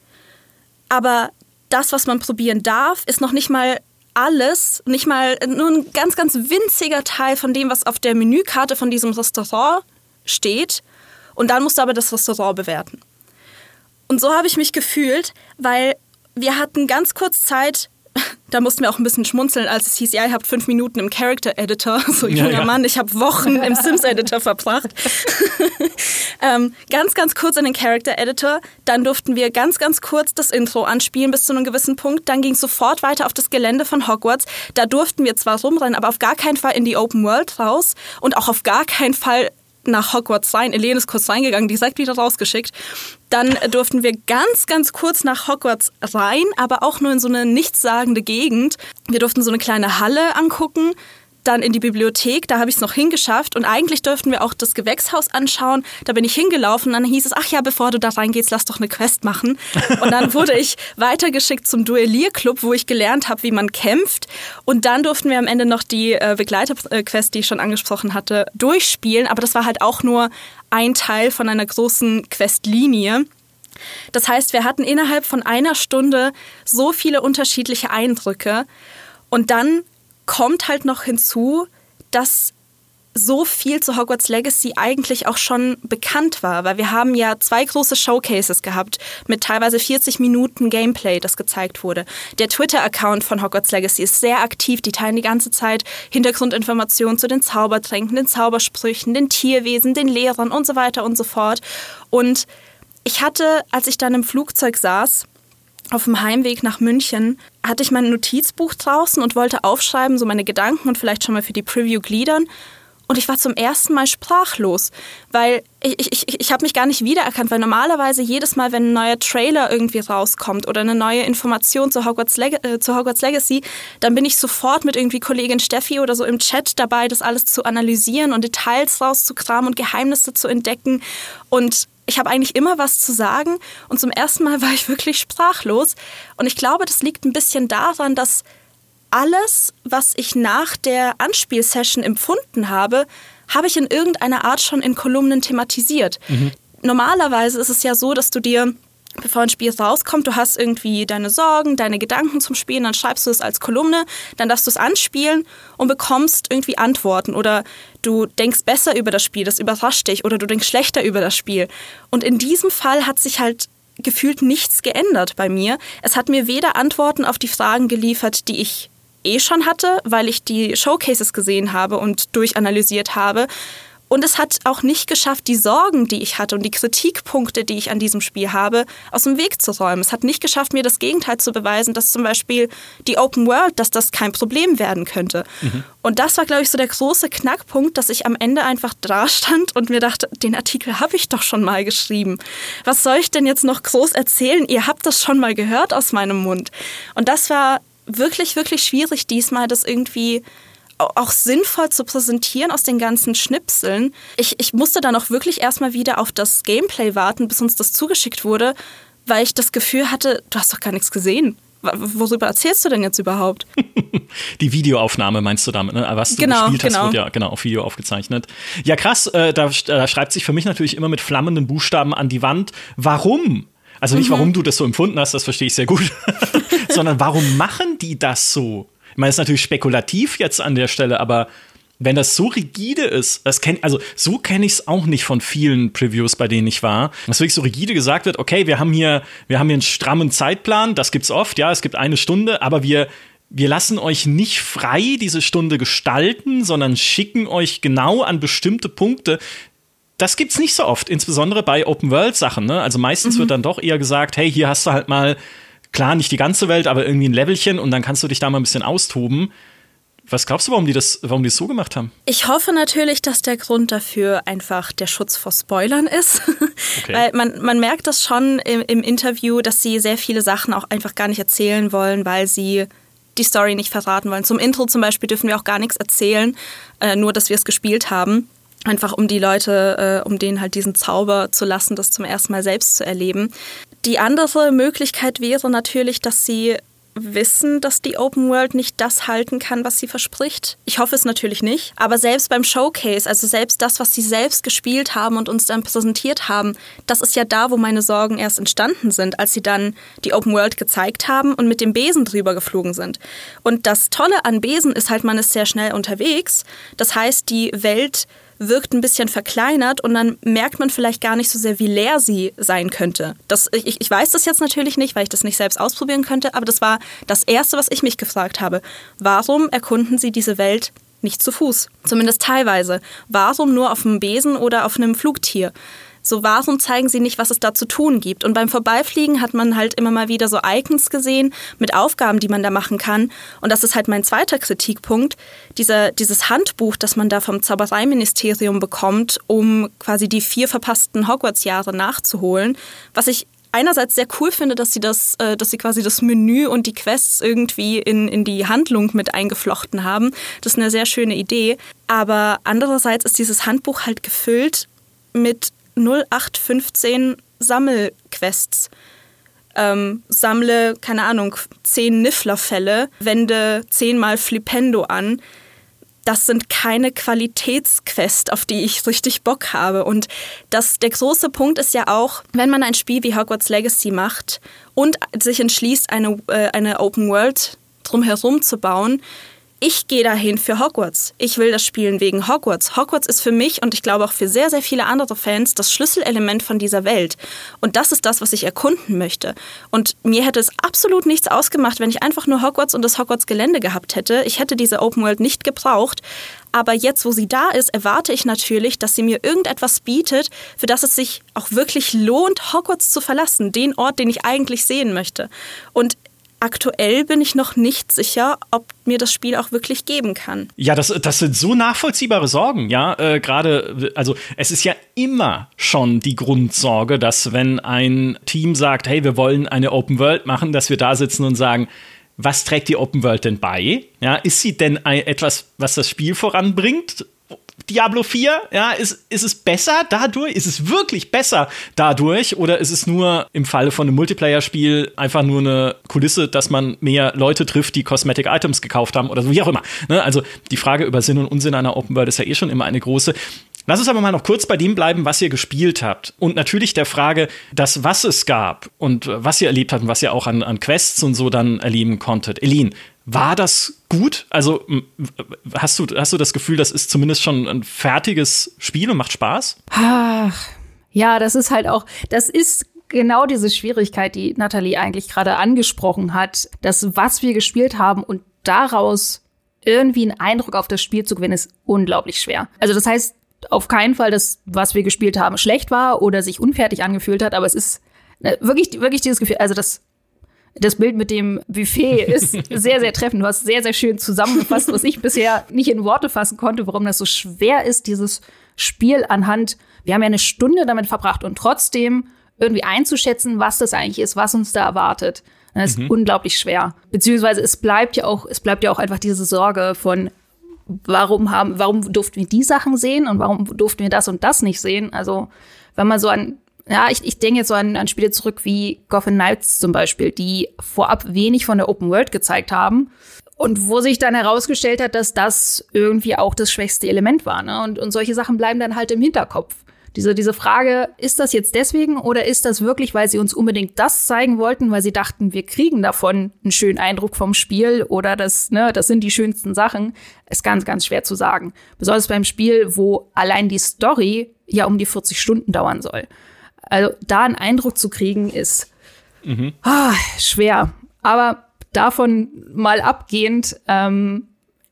Aber das, was man probieren darf, ist noch nicht mal alles, nicht mal nur ein ganz, ganz winziger Teil von dem, was auf der Menükarte von diesem Restaurant steht. Und dann musst du aber das Restaurant bewerten. Und so habe ich mich gefühlt, weil wir hatten ganz kurz Zeit. Da mussten wir auch ein bisschen schmunzeln, als es hieß, ja, ihr habt fünf Minuten im Character-Editor. So, junger ja, ja. Mann, ich habe Wochen im Sims-Editor verbracht. ähm, ganz, ganz kurz in den Character-Editor. Dann durften wir ganz, ganz kurz das Intro anspielen bis zu einem gewissen Punkt. Dann ging es sofort weiter auf das Gelände von Hogwarts. Da durften wir zwar rumrennen, aber auf gar keinen Fall in die Open World raus. Und auch auf gar keinen Fall nach Hogwarts rein. Elaine ist kurz reingegangen, direkt wieder rausgeschickt. Dann durften wir ganz, ganz kurz nach Hogwarts rein, aber auch nur in so eine nichtssagende Gegend. Wir durften so eine kleine Halle angucken, dann in die Bibliothek, da habe ich es noch hingeschafft und eigentlich durften wir auch das Gewächshaus anschauen. Da bin ich hingelaufen und dann hieß es, ach ja, bevor du da reingehst, lass doch eine Quest machen. Und dann wurde ich weitergeschickt zum Duellierclub, wo ich gelernt habe, wie man kämpft. Und dann durften wir am Ende noch die äh, Begleiterquest, die ich schon angesprochen hatte, durchspielen. Aber das war halt auch nur ein Teil von einer großen Questlinie. Das heißt, wir hatten innerhalb von einer Stunde so viele unterschiedliche Eindrücke. Und dann kommt halt noch hinzu, dass so viel zu Hogwarts Legacy eigentlich auch schon bekannt war, weil wir haben ja zwei große Showcases gehabt mit teilweise vierzig Minuten Gameplay, das gezeigt wurde. Der Twitter-Account von Hogwarts Legacy ist sehr aktiv, die teilen die ganze Zeit Hintergrundinformationen zu den Zaubertränken, den Zaubersprüchen, den Tierwesen, den Lehrern und so weiter und so fort. Und ich hatte, als ich dann im Flugzeug saß, auf dem Heimweg nach München, hatte ich mein Notizbuch draußen und wollte aufschreiben, so meine Gedanken und vielleicht schon mal für die Preview gliedern. Und ich war zum ersten Mal sprachlos, weil ich, ich, ich habe mich gar nicht wiedererkannt, weil normalerweise jedes Mal, wenn ein neuer Trailer irgendwie rauskommt oder eine neue Information zu Hogwarts, Leg- äh, zu Hogwarts Legacy, dann bin ich sofort mit irgendwie Kollegin Steffi oder so im Chat dabei, das alles zu analysieren und Details rauszukramen und Geheimnisse zu entdecken. Und ich habe eigentlich immer was zu sagen und zum ersten Mal war ich wirklich sprachlos. Und ich glaube, das liegt ein bisschen daran, dass alles, was ich nach der Anspielsession empfunden habe, habe ich in irgendeiner Art schon in Kolumnen thematisiert. Mhm. Normalerweise ist es ja so, dass du dir, bevor ein Spiel rauskommt, du hast irgendwie deine Sorgen, deine Gedanken zum Spielen, dann schreibst du es als Kolumne, dann darfst du es anspielen und bekommst irgendwie Antworten oder du denkst besser über das Spiel, das überrascht dich oder du denkst schlechter über das Spiel. Und in diesem Fall hat sich halt gefühlt nichts geändert bei mir. Es hat mir weder Antworten auf die Fragen geliefert, die ich eh schon hatte, weil ich die Showcases gesehen habe und durchanalysiert habe. Und es hat auch nicht geschafft, die Sorgen, die ich hatte und die Kritikpunkte, die ich an diesem Spiel habe, aus dem Weg zu räumen. Es hat nicht geschafft, mir das Gegenteil zu beweisen, dass zum Beispiel die Open World, dass das kein Problem werden könnte. Mhm. Und das war, glaube ich, so der große Knackpunkt, dass ich am Ende einfach da stand und mir dachte, den Artikel habe ich doch schon mal geschrieben. Was soll ich denn jetzt noch groß erzählen? Ihr habt das schon mal gehört aus meinem Mund. Und das war wirklich, wirklich schwierig diesmal, das irgendwie auch sinnvoll zu präsentieren aus den ganzen Schnipseln. Ich, ich musste dann auch wirklich erstmal wieder auf das Gameplay warten, bis uns das zugeschickt wurde, weil ich das Gefühl hatte, du hast doch gar nichts gesehen. Worüber erzählst du denn jetzt überhaupt? Die Videoaufnahme meinst du damit, ne? Was du genau, gespielt hast, genau. wird ja genau auf Video aufgezeichnet. Ja, krass, äh, da, da schreibt sich für mich natürlich immer mit flammenden Buchstaben an die Wand, warum? Also nicht, mhm. warum du das so empfunden hast, das verstehe ich sehr gut, sondern warum machen die das so? Ich meine, das ist natürlich spekulativ jetzt an der Stelle, aber wenn das so rigide ist, das kenn, also so kenne ich es auch nicht von vielen Previews, bei denen ich war, dass wirklich so rigide gesagt wird, okay, wir haben hier, wir haben hier einen strammen Zeitplan, das gibt's oft, ja, es gibt eine Stunde, aber wir, wir lassen euch nicht frei diese Stunde gestalten, sondern schicken euch genau an bestimmte Punkte. Das gibt's nicht so oft, insbesondere bei Open-World-Sachen, ne? Also meistens mhm. wird dann doch eher gesagt, hey, hier hast du halt mal, klar, nicht die ganze Welt, aber irgendwie ein Levelchen und dann kannst du dich da mal ein bisschen austoben. Was glaubst du, warum die das, warum die es so gemacht haben? Ich hoffe natürlich, dass der Grund dafür einfach der Schutz vor Spoilern ist. Okay. Weil man, man merkt das schon im, im Interview, dass sie sehr viele Sachen auch einfach gar nicht erzählen wollen, weil sie die Story nicht verraten wollen. Zum Intro zum Beispiel dürfen wir auch gar nichts erzählen, äh, nur dass wir es gespielt haben. Einfach um die Leute, äh, um denen halt diesen Zauber zu lassen, das zum ersten Mal selbst zu erleben. Die andere Möglichkeit wäre natürlich, dass sie wissen, dass die Open World nicht das halten kann, was sie verspricht. Ich hoffe es natürlich nicht. Aber selbst beim Showcase, also selbst das, was sie selbst gespielt haben und uns dann präsentiert haben, das ist ja da, wo meine Sorgen erst entstanden sind, als sie dann die Open World gezeigt haben und mit dem Besen drüber geflogen sind. Und das Tolle an Besen ist halt, man ist sehr schnell unterwegs. Das heißt, die Welt wirkt ein bisschen verkleinert und dann merkt man vielleicht gar nicht so sehr, wie leer sie sein könnte. Das, ich, ich weiß das jetzt natürlich nicht, weil ich das nicht selbst ausprobieren könnte, aber das war das Erste, was ich mich gefragt habe. Warum erkunden sie diese Welt nicht zu Fuß? Zumindest teilweise. Warum nur auf einem Besen oder auf einem Flugtier? So, warum zeigen sie nicht, was es da zu tun gibt? Und beim Vorbeifliegen hat man halt immer mal wieder so Icons gesehen mit Aufgaben, die man da machen kann. Und das ist halt mein zweiter Kritikpunkt. Dieser, dieses Handbuch, das man da vom Zaubereiministerium bekommt, um quasi die vier verpassten Hogwarts-Jahre nachzuholen. Was ich einerseits sehr cool finde, dass sie das, äh, dass sie quasi das Menü und die Quests irgendwie in, in die Handlung mit eingeflochten haben. Das ist eine sehr schöne Idee. Aber andererseits ist dieses Handbuch halt gefüllt mit null acht fünfzehn Sammelquests. Ähm, sammle, keine Ahnung, zehn Nifflerfälle, wende zehnmal Flipendo an. Das sind keine Qualitätsquests, auf die ich richtig Bock habe. Und das, der große Punkt ist ja auch, wenn man ein Spiel wie Hogwarts Legacy macht und sich entschließt, eine, äh, eine Open World drumherum zu bauen, ich gehe dahin für Hogwarts. Ich will das spielen wegen Hogwarts. Hogwarts ist für mich und ich glaube auch für sehr, sehr viele andere Fans das Schlüsselelement von dieser Welt. Und das ist das, was ich erkunden möchte. Und mir hätte es absolut nichts ausgemacht, wenn ich einfach nur Hogwarts und das Hogwarts-Gelände gehabt hätte. Ich hätte diese Open World nicht gebraucht. Aber jetzt, wo sie da ist, erwarte ich natürlich, dass sie mir irgendetwas bietet, für das es sich auch wirklich lohnt, Hogwarts zu verlassen. Den Ort, den ich eigentlich sehen möchte. Und aktuell bin ich noch nicht sicher, ob mir das Spiel auch wirklich geben kann. Ja, das, das sind so nachvollziehbare Sorgen, ja. Äh, Gerade, also es ist ja immer schon die Grundsorge, dass wenn ein Team sagt, hey, wir wollen eine Open World machen, dass wir da sitzen und sagen, was trägt die Open World denn bei? Ja, ist sie denn ein, etwas, was das Spiel voranbringt? Diablo vier, ja, ist, ist es besser dadurch? Ist es wirklich besser dadurch? Oder ist es nur im Falle von einem Multiplayer-Spiel einfach nur eine Kulisse, dass man mehr Leute trifft, die Cosmetic Items gekauft haben oder so, wie auch immer. Ne? Also die Frage über Sinn und Unsinn einer Open World ist ja eh schon immer eine große. Lass uns aber mal noch kurz bei dem bleiben, was ihr gespielt habt. Und natürlich der Frage, das, was es gab und was ihr erlebt habt und was ihr auch an, an Quests und so dann erleben konntet. Eline, war das gut? Also hast du, hast du das Gefühl, das ist zumindest schon ein fertiges Spiel und macht Spaß? Ach, ja, das ist halt auch, das ist genau diese Schwierigkeit, die Nathalie eigentlich gerade angesprochen hat, dass was wir gespielt haben und daraus irgendwie einen Eindruck auf das Spiel zu gewinnen, ist unglaublich schwer. Also das heißt auf keinen Fall, dass was wir gespielt haben schlecht war oder sich unfertig angefühlt hat, aber es ist wirklich, wirklich dieses Gefühl, also das Das Bild mit dem Buffet ist sehr, sehr treffend. Du hast sehr, sehr schön zusammengefasst, was ich bisher nicht in Worte fassen konnte, warum das so schwer ist, dieses Spiel anhand, wir haben ja eine Stunde damit verbracht und trotzdem irgendwie einzuschätzen, was das eigentlich ist, was uns da erwartet. Das ist mhm. unglaublich schwer. Beziehungsweise es bleibt ja auch, es bleibt ja auch einfach diese Sorge von, warum haben, warum durften wir die Sachen sehen und warum durften wir das und das nicht sehen? Also, wenn man so an, ja, ich, ich denke jetzt so an, an Spiele zurück wie Gotham Knights zum Beispiel, die vorab wenig von der Open World gezeigt haben. Und wo sich dann herausgestellt hat, dass das irgendwie auch das schwächste Element war, ne? Und, und solche Sachen bleiben dann halt im Hinterkopf. Diese, diese Frage, ist das jetzt deswegen oder ist das wirklich, weil sie uns unbedingt das zeigen wollten, weil sie dachten, wir kriegen davon einen schönen Eindruck vom Spiel oder das, ne, das sind die schönsten Sachen, ist ganz, ganz schwer zu sagen. Besonders beim Spiel, wo allein die Story ja um die vierzig Stunden dauern soll. Also da einen Eindruck zu kriegen, ist mhm. ah, schwer. Aber davon mal abgehend, ähm,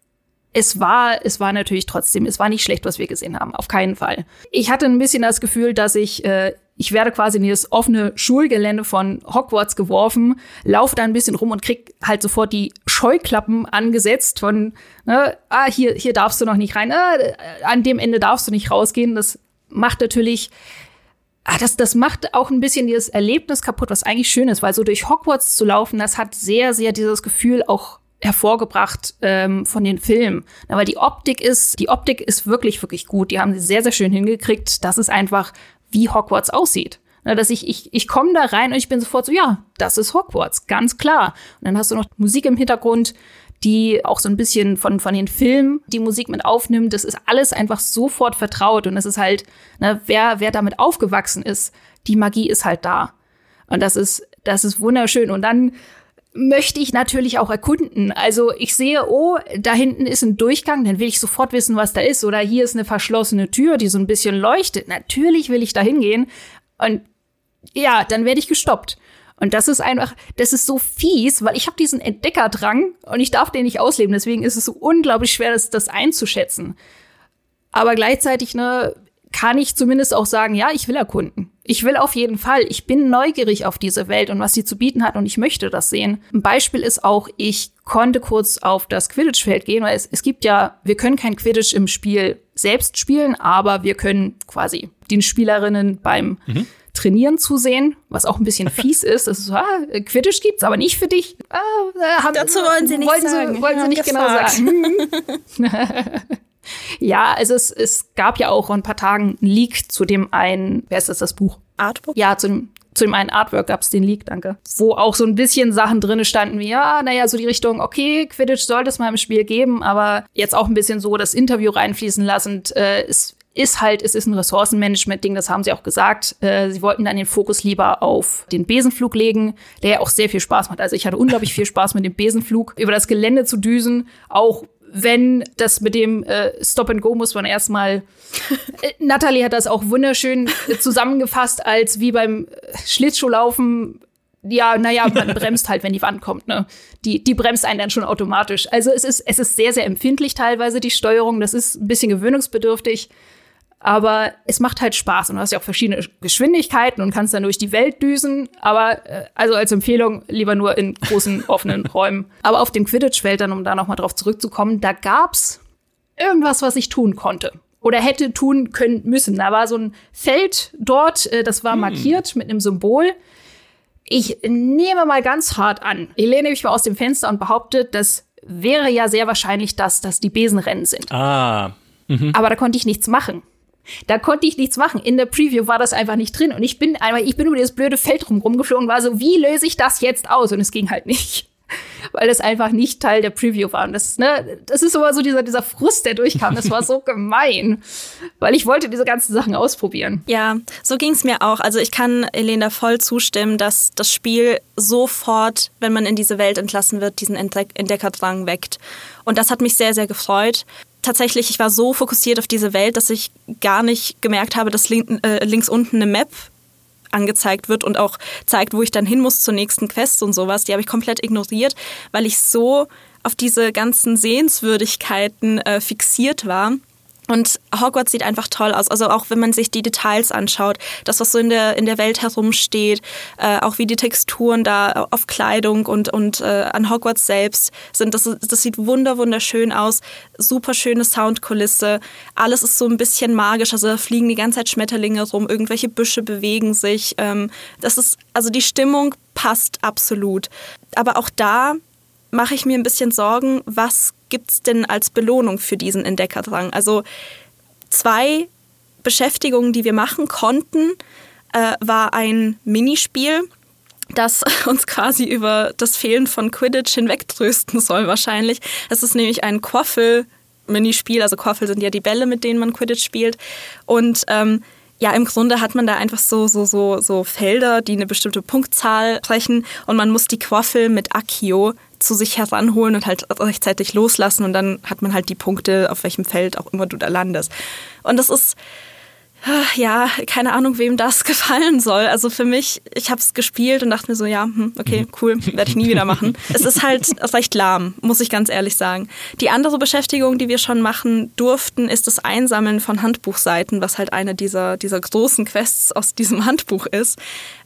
es war, es war natürlich trotzdem, es war nicht schlecht, was wir gesehen haben, auf keinen Fall. Ich hatte ein bisschen das Gefühl, dass ich, äh, ich werde quasi in dieses offene Schulgelände von Hogwarts geworfen, laufe da ein bisschen rum und krieg halt sofort die Scheuklappen angesetzt von, ne, ah, hier, hier darfst du noch nicht rein, ah, an dem Ende darfst du nicht rausgehen. Das macht natürlich Ah, das, das macht auch ein bisschen dieses Erlebnis kaputt, was eigentlich schön ist, weil so durch Hogwarts zu laufen, das hat sehr, sehr dieses Gefühl auch hervorgebracht ähm, von den Filmen. Na, weil die Optik ist, die Optik ist wirklich, wirklich gut. Die haben sie sehr, sehr schön hingekriegt, dass es einfach wie Hogwarts aussieht. Na, dass ich, ich, ich komme da rein und ich bin sofort so, ja, das ist Hogwarts, ganz klar. Und dann hast du noch Musik im Hintergrund, die auch so ein bisschen von, von den Filmen die Musik mit aufnimmt. Das ist alles einfach sofort vertraut. Und das ist halt, ne, wer, wer damit aufgewachsen ist, die Magie ist halt da. Und das ist, das ist wunderschön. Und dann möchte ich natürlich auch erkunden. Also ich sehe, oh, da hinten ist ein Durchgang, dann will ich sofort wissen, was da ist. Oder hier ist eine verschlossene Tür, die so ein bisschen leuchtet. Natürlich will ich da hingehen. Und ja, dann werde ich gestoppt. Und das ist einfach, das ist so fies, weil ich habe diesen Entdeckerdrang und ich darf den nicht ausleben. Deswegen ist es so unglaublich schwer, das, das einzuschätzen. Aber gleichzeitig, ne, kann ich zumindest auch sagen, ja, ich will erkunden. Ich will auf jeden Fall. Ich bin neugierig auf diese Welt und was sie zu bieten hat und ich möchte das sehen. Ein Beispiel ist auch, ich konnte kurz auf das Quidditch-Feld gehen, weil es, es gibt ja, wir können kein Quidditch im Spiel selbst spielen, aber wir können quasi den Spielerinnen beim mhm. Trainieren zusehen, was auch ein bisschen fies ist. Das ist so, ah, Quidditch gibt's, aber nicht für dich. Ah, haben, Dazu wollen sie nicht wollen sagen. Sie, wollen sie nicht gefragt. Genau sagen. Ja, also es, es gab ja auch vor ein paar Tagen einen Leak zu dem einen, wer ist das, das Buch? Artbook? Ja, zu dem, zu dem einen Artwork gab es den Leak, danke. Wo auch so ein bisschen Sachen drin standen wie, ja, naja, so die Richtung, okay, Quidditch sollte es mal im Spiel geben, aber jetzt auch ein bisschen so das Interview reinfließen lassend, äh, es ist halt, es ist ein Ressourcenmanagement-Ding, das haben sie auch gesagt. Äh, sie wollten dann den Fokus lieber auf den Besenflug legen, der ja auch sehr viel Spaß macht. Also ich hatte unglaublich viel Spaß mit dem Besenflug, über das Gelände zu düsen, auch wenn das mit dem äh, Stop and Go muss man erstmal. Äh, Natalie hat das auch wunderschön äh, zusammengefasst, als wie beim äh, Schlittschuhlaufen. Ja, naja, man bremst halt, wenn die Wand kommt, ne? Die, die bremst einen dann schon automatisch. Also es ist, es ist sehr, sehr empfindlich teilweise, die Steuerung. Das ist ein bisschen gewöhnungsbedürftig. Aber es macht halt Spaß und du hast ja auch verschiedene Geschwindigkeiten und kannst dann durch die Welt düsen. Aber äh, also als Empfehlung lieber nur in großen, offenen Räumen. Aber auf dem Quidditch-Feld dann, um da noch mal drauf zurückzukommen, da gab's irgendwas, was ich tun konnte. Oder hätte tun können müssen. Da war so ein Feld dort, äh, das war markiert hm. mit einem Symbol. Ich nehme mal ganz hart an. Ich lehne mich mal aus dem Fenster und behaupte, das wäre ja sehr wahrscheinlich, dass das die Besenrennen sind. Ah. Mhm. Aber da konnte ich nichts machen. Da konnte ich nichts machen. In der Preview war das einfach nicht drin. Und ich bin einmal, ich bin über dieses blöde Feld rum rumgeflogen, war so, wie löse ich das jetzt aus? Und es ging halt nicht. Weil das einfach nicht Teil der Preview war. Und das, ne, das ist immer so dieser, dieser Frust, der durchkam. Das war so gemein. Weil ich wollte diese ganzen Sachen ausprobieren. Ja, so ging's mir auch. Also ich kann Elena voll zustimmen, dass das Spiel sofort, wenn man in diese Welt entlassen wird, diesen Entdeck- Entdeckerdrang weckt. Und das hat mich sehr, sehr gefreut. Tatsächlich, ich war so fokussiert auf diese Welt, dass ich gar nicht gemerkt habe, dass link, äh, links unten eine Map angezeigt wird und auch zeigt, wo ich dann hin muss zur nächsten Quest und sowas. Die habe ich komplett ignoriert, weil ich so auf diese ganzen Sehenswürdigkeiten äh, fixiert war. Und Hogwarts sieht einfach toll aus, also auch wenn man sich die Details anschaut, das, was so in der, in der Welt herumsteht, äh, auch wie die Texturen da auf Kleidung und, und äh, an Hogwarts selbst sind, das, das sieht wunder, wunderschön aus, super schöne Soundkulisse, alles ist so ein bisschen magisch, also da fliegen die ganze Zeit Schmetterlinge rum, irgendwelche Büsche bewegen sich, ähm, das ist, also die Stimmung passt absolut, aber auch da mache ich mir ein bisschen Sorgen, was gibt's denn als Belohnung für diesen Entdeckerdrang? Also zwei Beschäftigungen, die wir machen konnten, äh, war ein Minispiel, das uns quasi über das Fehlen von Quidditch hinwegtrösten soll wahrscheinlich. Es ist nämlich ein Quaffle-Minispiel, also Quaffle sind ja die Bälle, mit denen man Quidditch spielt. Und ähm, ja, im Grunde hat man da einfach so, so, so, so Felder, die eine bestimmte Punktzahl brechen und man muss die Quaffel mit Accio zu sich heranholen und halt rechtzeitig loslassen und dann hat man halt die Punkte, auf welchem Feld auch immer du da landest. Und das ist, ja, keine Ahnung, wem das gefallen soll. Also für mich, ich habe es gespielt und dachte mir so, ja, okay, cool, werde ich nie wieder machen. Es ist halt recht lahm, muss ich ganz ehrlich sagen. Die andere Beschäftigung, die wir schon machen durften, ist das Einsammeln von Handbuchseiten, was halt eine dieser, dieser großen Quests aus diesem Handbuch ist.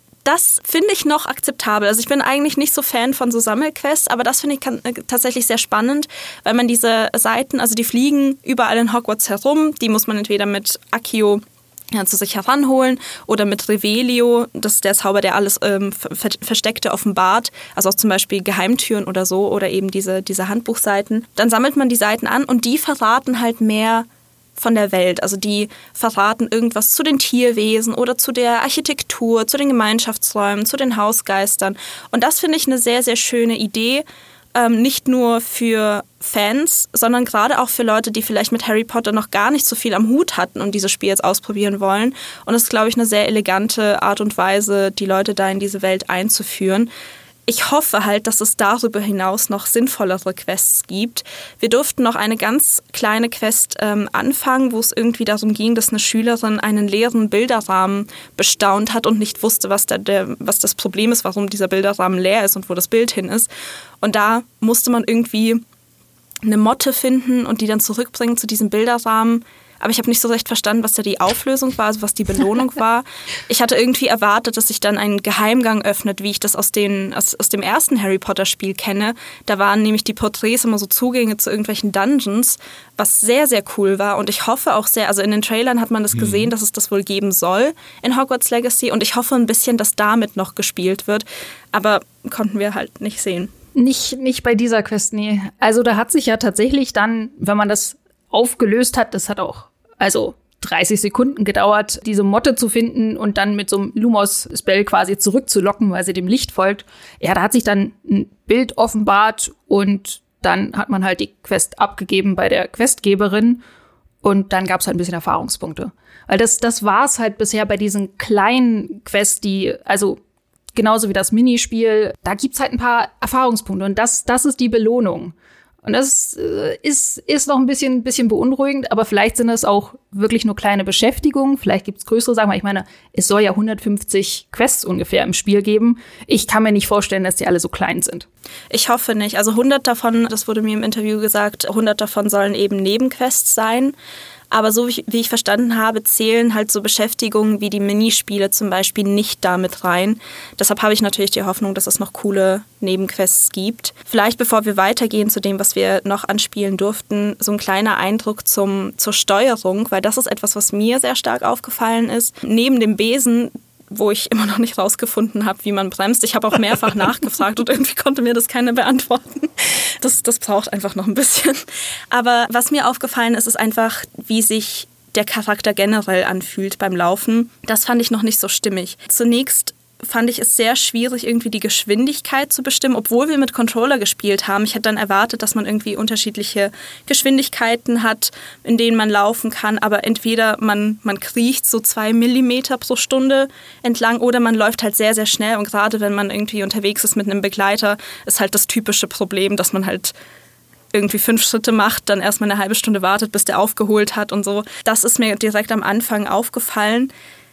Das finde ich noch akzeptabel. Also ich bin eigentlich nicht so Fan von so Sammelquests, aber das finde ich kann, äh, tatsächlich sehr spannend, weil man diese Seiten, also die fliegen überall in Hogwarts herum, die muss man entweder mit Accio ja, zu sich heranholen oder mit Revelio, das ist der Zauber, der alles ähm, ver- Versteckte offenbart, also auch zum Beispiel Geheimtüren oder so oder eben diese, diese Handbuchseiten. Dann sammelt man die Seiten an und die verraten halt mehr von der Welt. Also die verraten irgendwas zu den Tierwesen oder zu der Architektur, zu den Gemeinschaftsräumen, zu den Hausgeistern. Und das finde ich eine sehr, sehr schöne Idee. Ähm, nicht nur für Fans, sondern gerade auch für Leute, die vielleicht mit Harry Potter noch gar nicht so viel am Hut hatten und dieses Spiel jetzt ausprobieren wollen. Und es ist, glaube ich, eine sehr elegante Art und Weise, die Leute da in diese Welt einzuführen. Ich hoffe halt, dass es darüber hinaus noch sinnvollere Quests gibt. Wir durften noch eine ganz kleine Quest ähm, anfangen, wo es irgendwie darum ging, dass eine Schülerin einen leeren Bilderrahmen bestaunt hat und nicht wusste, was, da der, was das Problem ist, warum dieser Bilderrahmen leer ist und wo das Bild hin ist. Und da musste man irgendwie eine Motte finden und die dann zurückbringen zu diesem Bilderrahmen. Aber ich habe nicht so recht verstanden, was da die Auflösung war, also was die Belohnung war. Ich hatte irgendwie erwartet, dass sich dann ein Geheimgang öffnet, wie ich das aus, den, aus, aus dem ersten Harry Potter-Spiel kenne. Da waren nämlich die Porträts immer so Zugänge zu irgendwelchen Dungeons, was sehr, sehr cool war. Und ich hoffe auch sehr, also in den Trailern hat man das gesehen, mhm. dass es das wohl geben soll in Hogwarts Legacy. Und ich hoffe ein bisschen, dass damit noch gespielt wird. Aber konnten wir halt nicht sehen. Nicht, nicht bei dieser Quest, nee. Also da hat sich ja tatsächlich dann, wenn man das aufgelöst hat, das hat auch also dreißig Sekunden gedauert, diese Motte zu finden und dann mit so einem Lumos-Spell quasi zurückzulocken, weil sie dem Licht folgt. Ja, da hat sich dann ein Bild offenbart und dann hat man halt die Quest abgegeben bei der Questgeberin und dann gab es halt ein bisschen Erfahrungspunkte. Weil das, das war es halt bisher bei diesen kleinen Quests, die, also genauso wie das Minispiel, da gibt's halt ein paar Erfahrungspunkte und das, das ist die Belohnung. Und das äh, ist, ist noch ein bisschen, bisschen beunruhigend, aber vielleicht sind das auch wirklich nur kleine Beschäftigungen. Vielleicht gibt's größere Sachen, weil ich meine, es soll ja hundertfünfzig Quests ungefähr im Spiel geben. Ich kann mir nicht vorstellen, dass die alle so klein sind. Ich hoffe nicht. Also hundert davon, das wurde mir im Interview gesagt, hundert davon sollen eben Nebenquests sein. Aber so wie ich verstanden habe, zählen halt so Beschäftigungen wie die Minispiele zum Beispiel nicht damit rein. Deshalb habe ich natürlich die Hoffnung, dass es noch coole Nebenquests gibt. Vielleicht bevor wir weitergehen zu dem, was wir noch anspielen durften, so ein kleiner Eindruck zum, zur Steuerung, weil das ist etwas, was mir sehr stark aufgefallen ist. Neben dem Besen, wo ich immer noch nicht rausgefunden habe, wie man bremst. Ich habe auch mehrfach nachgefragt und irgendwie konnte mir das keiner beantworten. Das, das braucht einfach noch ein bisschen. Aber was mir aufgefallen ist, ist einfach, wie sich der Charakter generell anfühlt beim Laufen. Das fand ich noch nicht so stimmig. Zunächst fand ich es sehr schwierig, irgendwie die Geschwindigkeit zu bestimmen, obwohl wir mit Controller gespielt haben. Ich hätte dann erwartet, dass man irgendwie unterschiedliche Geschwindigkeiten hat, in denen man laufen kann, aber entweder man, man kriecht so zwei Millimeter pro Stunde entlang oder man läuft halt sehr, sehr schnell und gerade wenn man irgendwie unterwegs ist mit einem Begleiter, ist halt das typische Problem, dass man halt irgendwie fünf Schritte macht, dann erstmal eine halbe Stunde wartet, bis der aufgeholt hat und so. Das ist mir direkt am Anfang aufgefallen.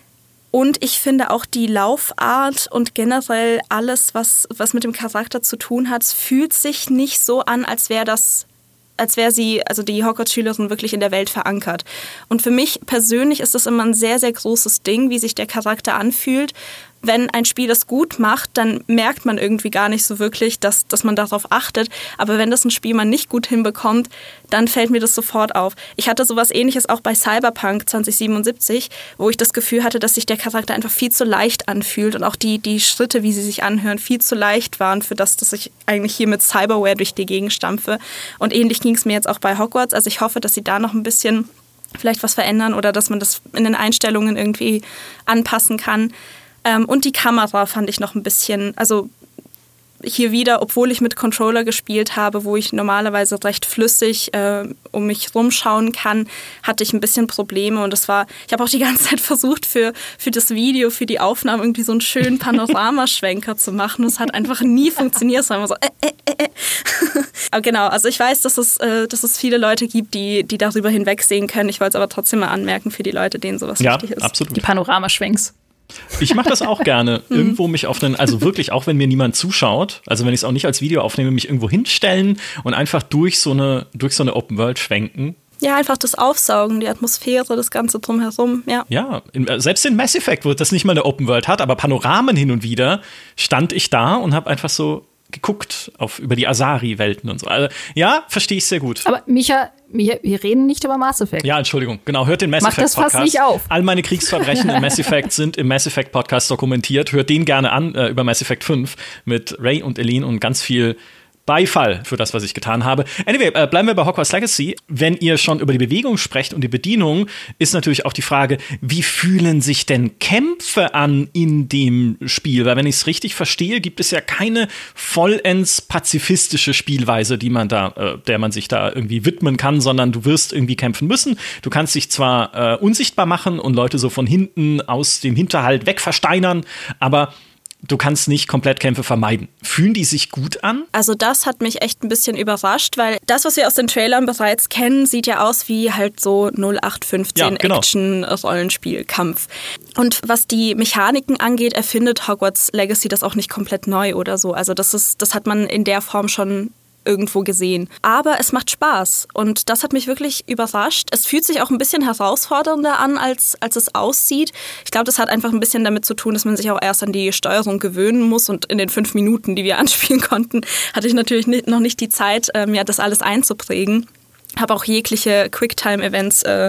Und ich finde auch die Laufart und generell alles, was, was mit dem Charakter zu tun hat, fühlt sich nicht so an, als wäre das als wäre sie, also die Hogwarts-Schülerin, wirklich in der Welt verankert. Und für mich persönlich ist das immer ein sehr, sehr großes Ding, wie sich der Charakter anfühlt. Wenn ein Spiel das gut macht, dann merkt man irgendwie gar nicht so wirklich, dass, dass man darauf achtet. Aber wenn das ein Spiel man nicht gut hinbekommt, dann fällt mir das sofort auf. Ich hatte sowas Ähnliches auch bei Cyberpunk zwanzig siebenundsiebzig, wo ich das Gefühl hatte, dass sich der Charakter einfach viel zu leicht anfühlt und auch die, die Schritte, wie sie sich anhören, viel zu leicht waren für das, dass ich eigentlich hier mit Cyberware durch die Gegend stampfe. Und ähnlich ging es mir jetzt auch bei Hogwarts. Also ich hoffe, dass sie da noch ein bisschen vielleicht was verändern oder dass man das in den Einstellungen irgendwie anpassen kann. Und die Kamera fand ich noch ein bisschen, also hier wieder, obwohl ich mit Controller gespielt habe, wo ich normalerweise recht flüssig äh, um mich rumschauen kann, hatte ich ein bisschen Probleme. Und das war, ich habe auch die ganze Zeit versucht, für, für das Video, für die Aufnahme irgendwie so einen schönen Panoramaschwenker zu machen. Das hat einfach nie funktioniert. Es war immer so, äh, äh, äh. Aber genau, also ich weiß, dass es, äh, dass es viele Leute gibt, die, die darüber hinwegsehen können. Ich wollte es aber trotzdem mal anmerken für die Leute, denen sowas ja, wichtig ist. Absolut. Die Panoramaschwenks. Ich mache das auch gerne. Irgendwo mich auf einen, also wirklich, auch wenn mir niemand zuschaut, also wenn ich es auch nicht als Video aufnehme, mich irgendwo hinstellen und einfach durch so eine, durch so eine Open World schwenken. Ja, einfach das Aufsaugen, die Atmosphäre, das Ganze drumherum, ja. Ja, in, selbst in Mass Effect, wo das nicht mal eine Open World hat, aber Panoramen hin und wieder, stand ich da und habe einfach so geguckt auf, über die Asari-Welten und so. Also, ja, verstehe ich sehr gut. Aber Micha, wir, wir reden nicht über Mass Effect. Ja, Entschuldigung. Genau, hört den Mass Effect Podcast. Mach das fast nicht auf. All meine Kriegsverbrechen im Mass Effect sind im Mass Effect Podcast dokumentiert. Hört den gerne an, äh, über Mass Effect fünf mit Ray und Eileen und ganz viel Beifall für das, was ich getan habe. Anyway, äh, bleiben wir bei Hogwarts Legacy. Wenn ihr schon über die Bewegung sprecht und die Bedienung, ist natürlich auch die Frage, wie fühlen sich denn Kämpfe an in dem Spiel? Weil wenn ich es richtig verstehe, gibt es ja keine vollends pazifistische Spielweise, die man da, äh, der man sich da irgendwie widmen kann, sondern du wirst irgendwie kämpfen müssen. Du kannst dich zwar äh, unsichtbar machen und Leute so von hinten aus dem Hinterhalt wegversteinern, aber du kannst nicht komplett Kämpfe vermeiden. Fühlen die sich gut an? Also das hat mich echt ein bisschen überrascht, weil das, was wir aus den Trailern bereits kennen, sieht ja aus wie halt so null acht fünfzehn ja, genau. Action-Rollenspiel-Kampf. Und was die Mechaniken angeht, erfindet Hogwarts Legacy das auch nicht komplett neu oder so. Also das ist, das hat man in der Form schon irgendwo gesehen. Aber es macht Spaß und das hat mich wirklich überrascht. Es fühlt sich auch ein bisschen herausfordernder an, als, als es aussieht. Ich glaube, das hat einfach ein bisschen damit zu tun, dass man sich auch erst an die Steuerung gewöhnen muss und in den fünf Minuten, die wir anspielen konnten, hatte ich natürlich nicht, noch nicht die Zeit, äh, mir das alles einzuprägen. Habe auch jegliche Quicktime-Events, äh,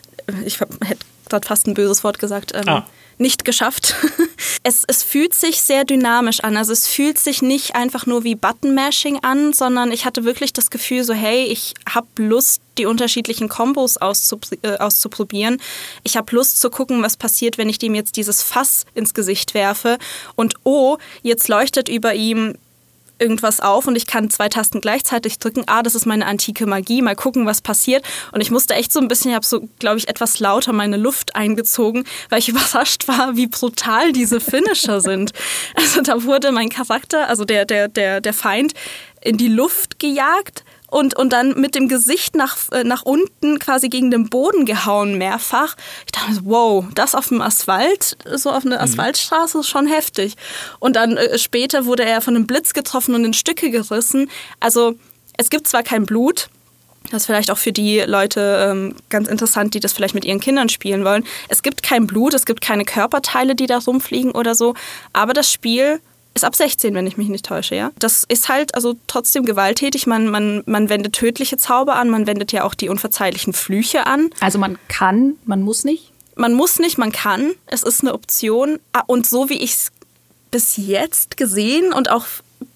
ich hätte gerade fast ein böses Wort gesagt, ähm, ah. nicht geschafft. Es, es fühlt sich sehr dynamisch an. Also es fühlt sich nicht einfach nur wie Button-Mashing an, sondern ich hatte wirklich das Gefühl so, hey, ich habe Lust, die unterschiedlichen Kombos auszupr- äh, auszuprobieren. Ich habe Lust zu gucken, was passiert, wenn ich dem jetzt dieses Fass ins Gesicht werfe und oh, jetzt leuchtet über ihm irgendwas auf und ich kann zwei Tasten gleichzeitig drücken. Ah, das ist meine antike Magie. Mal gucken, was passiert. Und ich musste echt so ein bisschen, ich habe so, glaube ich, etwas lauter meine Luft eingezogen, weil ich überrascht war, wie brutal diese Finisher sind. Also da wurde mein Charakter, also der, der, der, der Feind, in die Luft gejagt und, und dann mit dem Gesicht nach, äh, nach unten quasi gegen den Boden gehauen mehrfach. Ich dachte so, wow, das auf dem Asphalt, so auf einer Asphaltstraße ist schon heftig. Und dann äh, später wurde er von einem Blitz getroffen und in Stücke gerissen. Also es gibt zwar kein Blut, das ist vielleicht auch für die Leute ähm, ganz interessant, die das vielleicht mit ihren Kindern spielen wollen. Es gibt kein Blut, es gibt keine Körperteile, die da rumfliegen oder so, aber das Spiel ist ab sechzehn, wenn ich mich nicht täusche, ja. Das ist halt also trotzdem gewalttätig. Man, man, man wendet tödliche Zauber an, man wendet ja auch die unverzeihlichen Flüche an. Also man kann, man muss nicht? Man muss nicht, man kann. Es ist eine Option. Und so wie ich es bis jetzt gesehen und auch,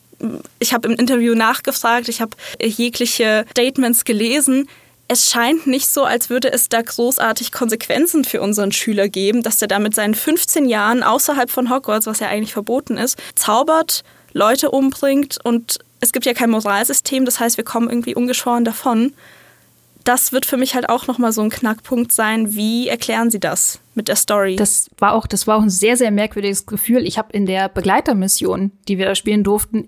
ich habe im Interview nachgefragt, ich habe jegliche Statements gelesen, es scheint nicht so, als würde es da großartig Konsequenzen für unseren Schüler geben, dass er da mit seinen fünfzehn Jahren außerhalb von Hogwarts, was ja eigentlich verboten ist, zaubert, Leute umbringt und es gibt ja kein Moralsystem, das heißt, wir kommen irgendwie ungeschoren davon. Das wird für mich halt auch nochmal so ein Knackpunkt sein. Wie erklären Sie das mit der Story? Das war auch, das war auch ein sehr, sehr merkwürdiges Gefühl. Ich habe in der Begleitermission, die wir da spielen durften, ich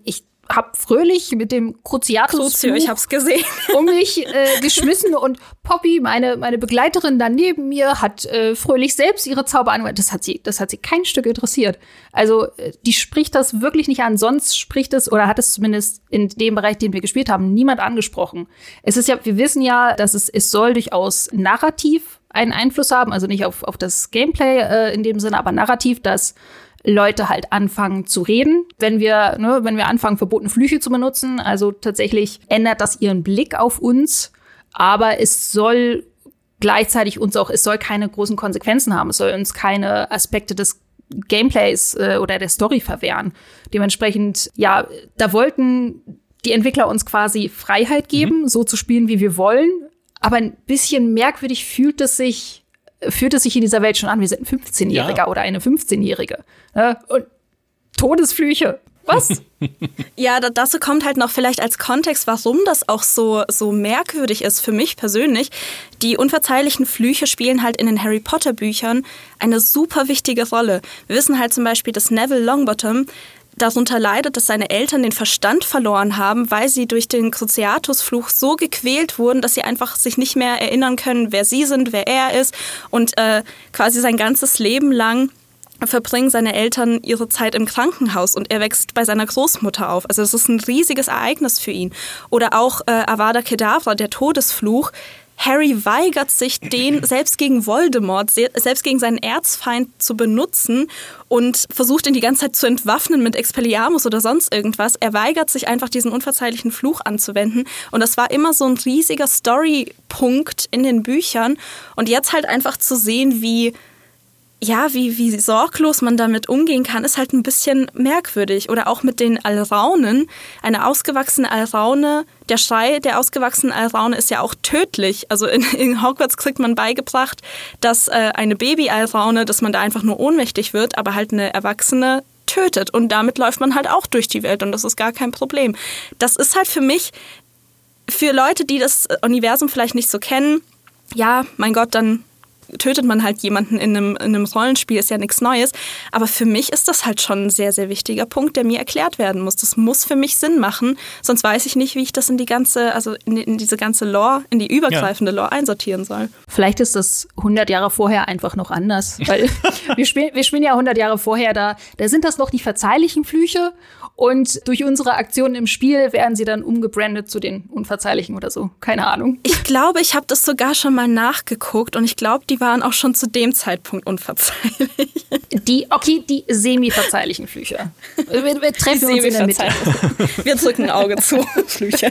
hab fröhlich mit dem Cruciatus Crucio, ich hab's gesehen. um mich äh, geschmissen und Poppy, meine meine Begleiterin da neben mir, hat äh, fröhlich selbst ihre Zauber angewendet. Das hat sie, das hat sie kein Stück interessiert. Also äh, die spricht das wirklich nicht an. Sonst spricht es oder hat es zumindest in dem Bereich, den wir gespielt haben, niemand angesprochen. Es ist ja, wir wissen ja, dass es es soll durchaus narrativ einen Einfluss haben, also nicht auf auf das Gameplay äh, in dem Sinne, aber narrativ, dass Leute halt anfangen zu reden, wenn wir, ne, wenn wir anfangen, verbotene Flüche zu benutzen. Also tatsächlich ändert das ihren Blick auf uns, aber es soll gleichzeitig uns auch, es soll keine großen Konsequenzen haben. Es soll uns keine Aspekte des Gameplays äh, oder der Story verwehren. Dementsprechend, ja, da wollten die Entwickler uns quasi Freiheit geben, mhm. so zu spielen, wie wir wollen. Aber ein bisschen merkwürdig fühlt es sich fühlt es sich in dieser Welt schon an. Wir sind ein fünfzehnjähriger ja. oder eine fünfzehnjährige. Ne? Und Todesflüche. Was? Ja, dazu kommt halt noch vielleicht als Kontext, warum das auch so, so merkwürdig ist für mich persönlich. Die unverzeihlichen Flüche spielen halt in den Harry Potter Büchern eine super wichtige Rolle. Wir wissen halt zum Beispiel, dass Neville Longbottom darunter leidet, dass seine Eltern den Verstand verloren haben, weil sie durch den Cruciatus-Fluch so gequält wurden, dass sie einfach sich nicht mehr erinnern können, wer sie sind, wer er ist. Und äh, quasi sein ganzes Leben lang verbringen seine Eltern ihre Zeit im Krankenhaus und er wächst bei seiner Großmutter auf. Also das ist ein riesiges Ereignis für ihn. Oder auch äh, Avada Kedavra, der Todesfluch. Harry weigert sich, den selbst gegen Voldemort, selbst gegen seinen Erzfeind zu benutzen und versucht ihn die ganze Zeit zu entwaffnen mit Expelliarmus oder sonst irgendwas. Er weigert sich einfach, diesen unverzeihlichen Fluch anzuwenden. Und das war immer so ein riesiger Storypunkt in den Büchern. Und jetzt halt einfach zu sehen, wie ja, wie, wie sorglos man damit umgehen kann, ist halt ein bisschen merkwürdig. Oder auch mit den Alraunen. Eine ausgewachsene Alraune, der Schrei der ausgewachsenen Alraune ist ja auch tödlich. Also in, in Hogwarts kriegt man beigebracht, dass äh, eine Baby-Alraune, dass man da einfach nur ohnmächtig wird, aber halt eine Erwachsene tötet. Und damit läuft man halt auch durch die Welt und das ist gar kein Problem. Das ist halt für mich, für Leute, die das Universum vielleicht nicht so kennen, ja, mein Gott, dann tötet man halt jemanden in einem, in einem Rollenspiel, ist ja nichts Neues. Aber für mich ist das halt schon ein sehr, sehr wichtiger Punkt, der mir erklärt werden muss. Das muss für mich Sinn machen, sonst weiß ich nicht, wie ich das in die ganze, also in, in diese ganze Lore, in die übergreifende ja. Lore einsortieren soll. Vielleicht ist das hundert Jahre vorher einfach noch anders, weil wir spielen, wir spielen ja hundert Jahre vorher, da, da sind das noch die verzeihlichen Flüche und durch unsere Aktionen im Spiel werden sie dann umgebrandet zu den unverzeihlichen oder so. Keine Ahnung. Ich glaube, ich habe das sogar schon mal nachgeguckt und ich glaube, die waren auch schon zu dem Zeitpunkt unverzeihlich. Die, okay, die semi-verzeihlichen Flüche. Wir, wir treffen uns in der Mitte. Wir drücken ein Auge zu. Flüche.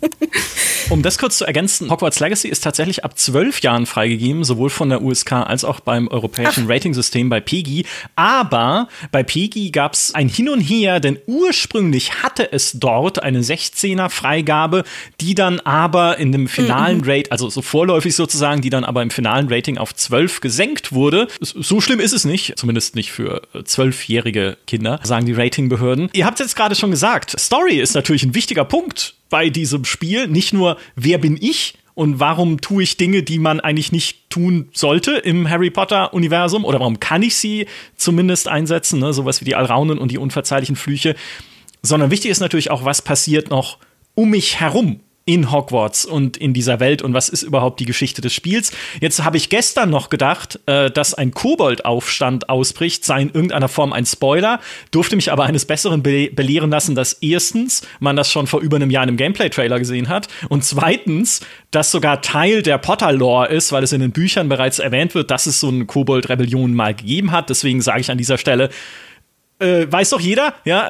Um das kurz zu ergänzen, Hogwarts Legacy ist tatsächlich ab zwölf Jahren freigegeben, sowohl von der U S K als auch beim europäischen Ach. Ratingsystem bei P E G I. Aber bei P E G I gab es ein Hin und Her, denn ursprünglich hatte es dort eine sechzehner Freigabe, die dann aber in dem finalen mhm. Rate, also so vorläufig sozusagen, die dann aber im finalen Rating auf zwölf gesenkt wurde. So schlimm ist es nicht, zumindest nicht für zwölfjährige Kinder, sagen die Ratingbehörden. Ihr habt es jetzt gerade schon gesagt, Story ist natürlich ein wichtiger Punkt bei diesem Spiel. Nicht nur, wer bin ich und warum tue ich Dinge, die man eigentlich nicht tun sollte im Harry Potter-Universum oder warum kann ich sie zumindest einsetzen, ne? Sowas wie die Alraunen und die unverzeihlichen Flüche. Sondern wichtig ist natürlich auch, was passiert noch um mich herum in Hogwarts und in dieser Welt und was ist überhaupt die Geschichte des Spiels. Jetzt habe ich gestern noch gedacht, äh, dass ein Koboldaufstand ausbricht, sei in irgendeiner Form ein Spoiler, durfte mich aber eines Besseren be- belehren lassen, dass erstens man das schon vor über einem Jahr in einem Gameplay-Trailer gesehen hat und zweitens, dass sogar Teil der Potter-Lore ist, weil es in den Büchern bereits erwähnt wird, dass es so eine Kobold-Rebellion mal gegeben hat. Deswegen sage ich an dieser Stelle, Äh, weiß doch jeder, ja.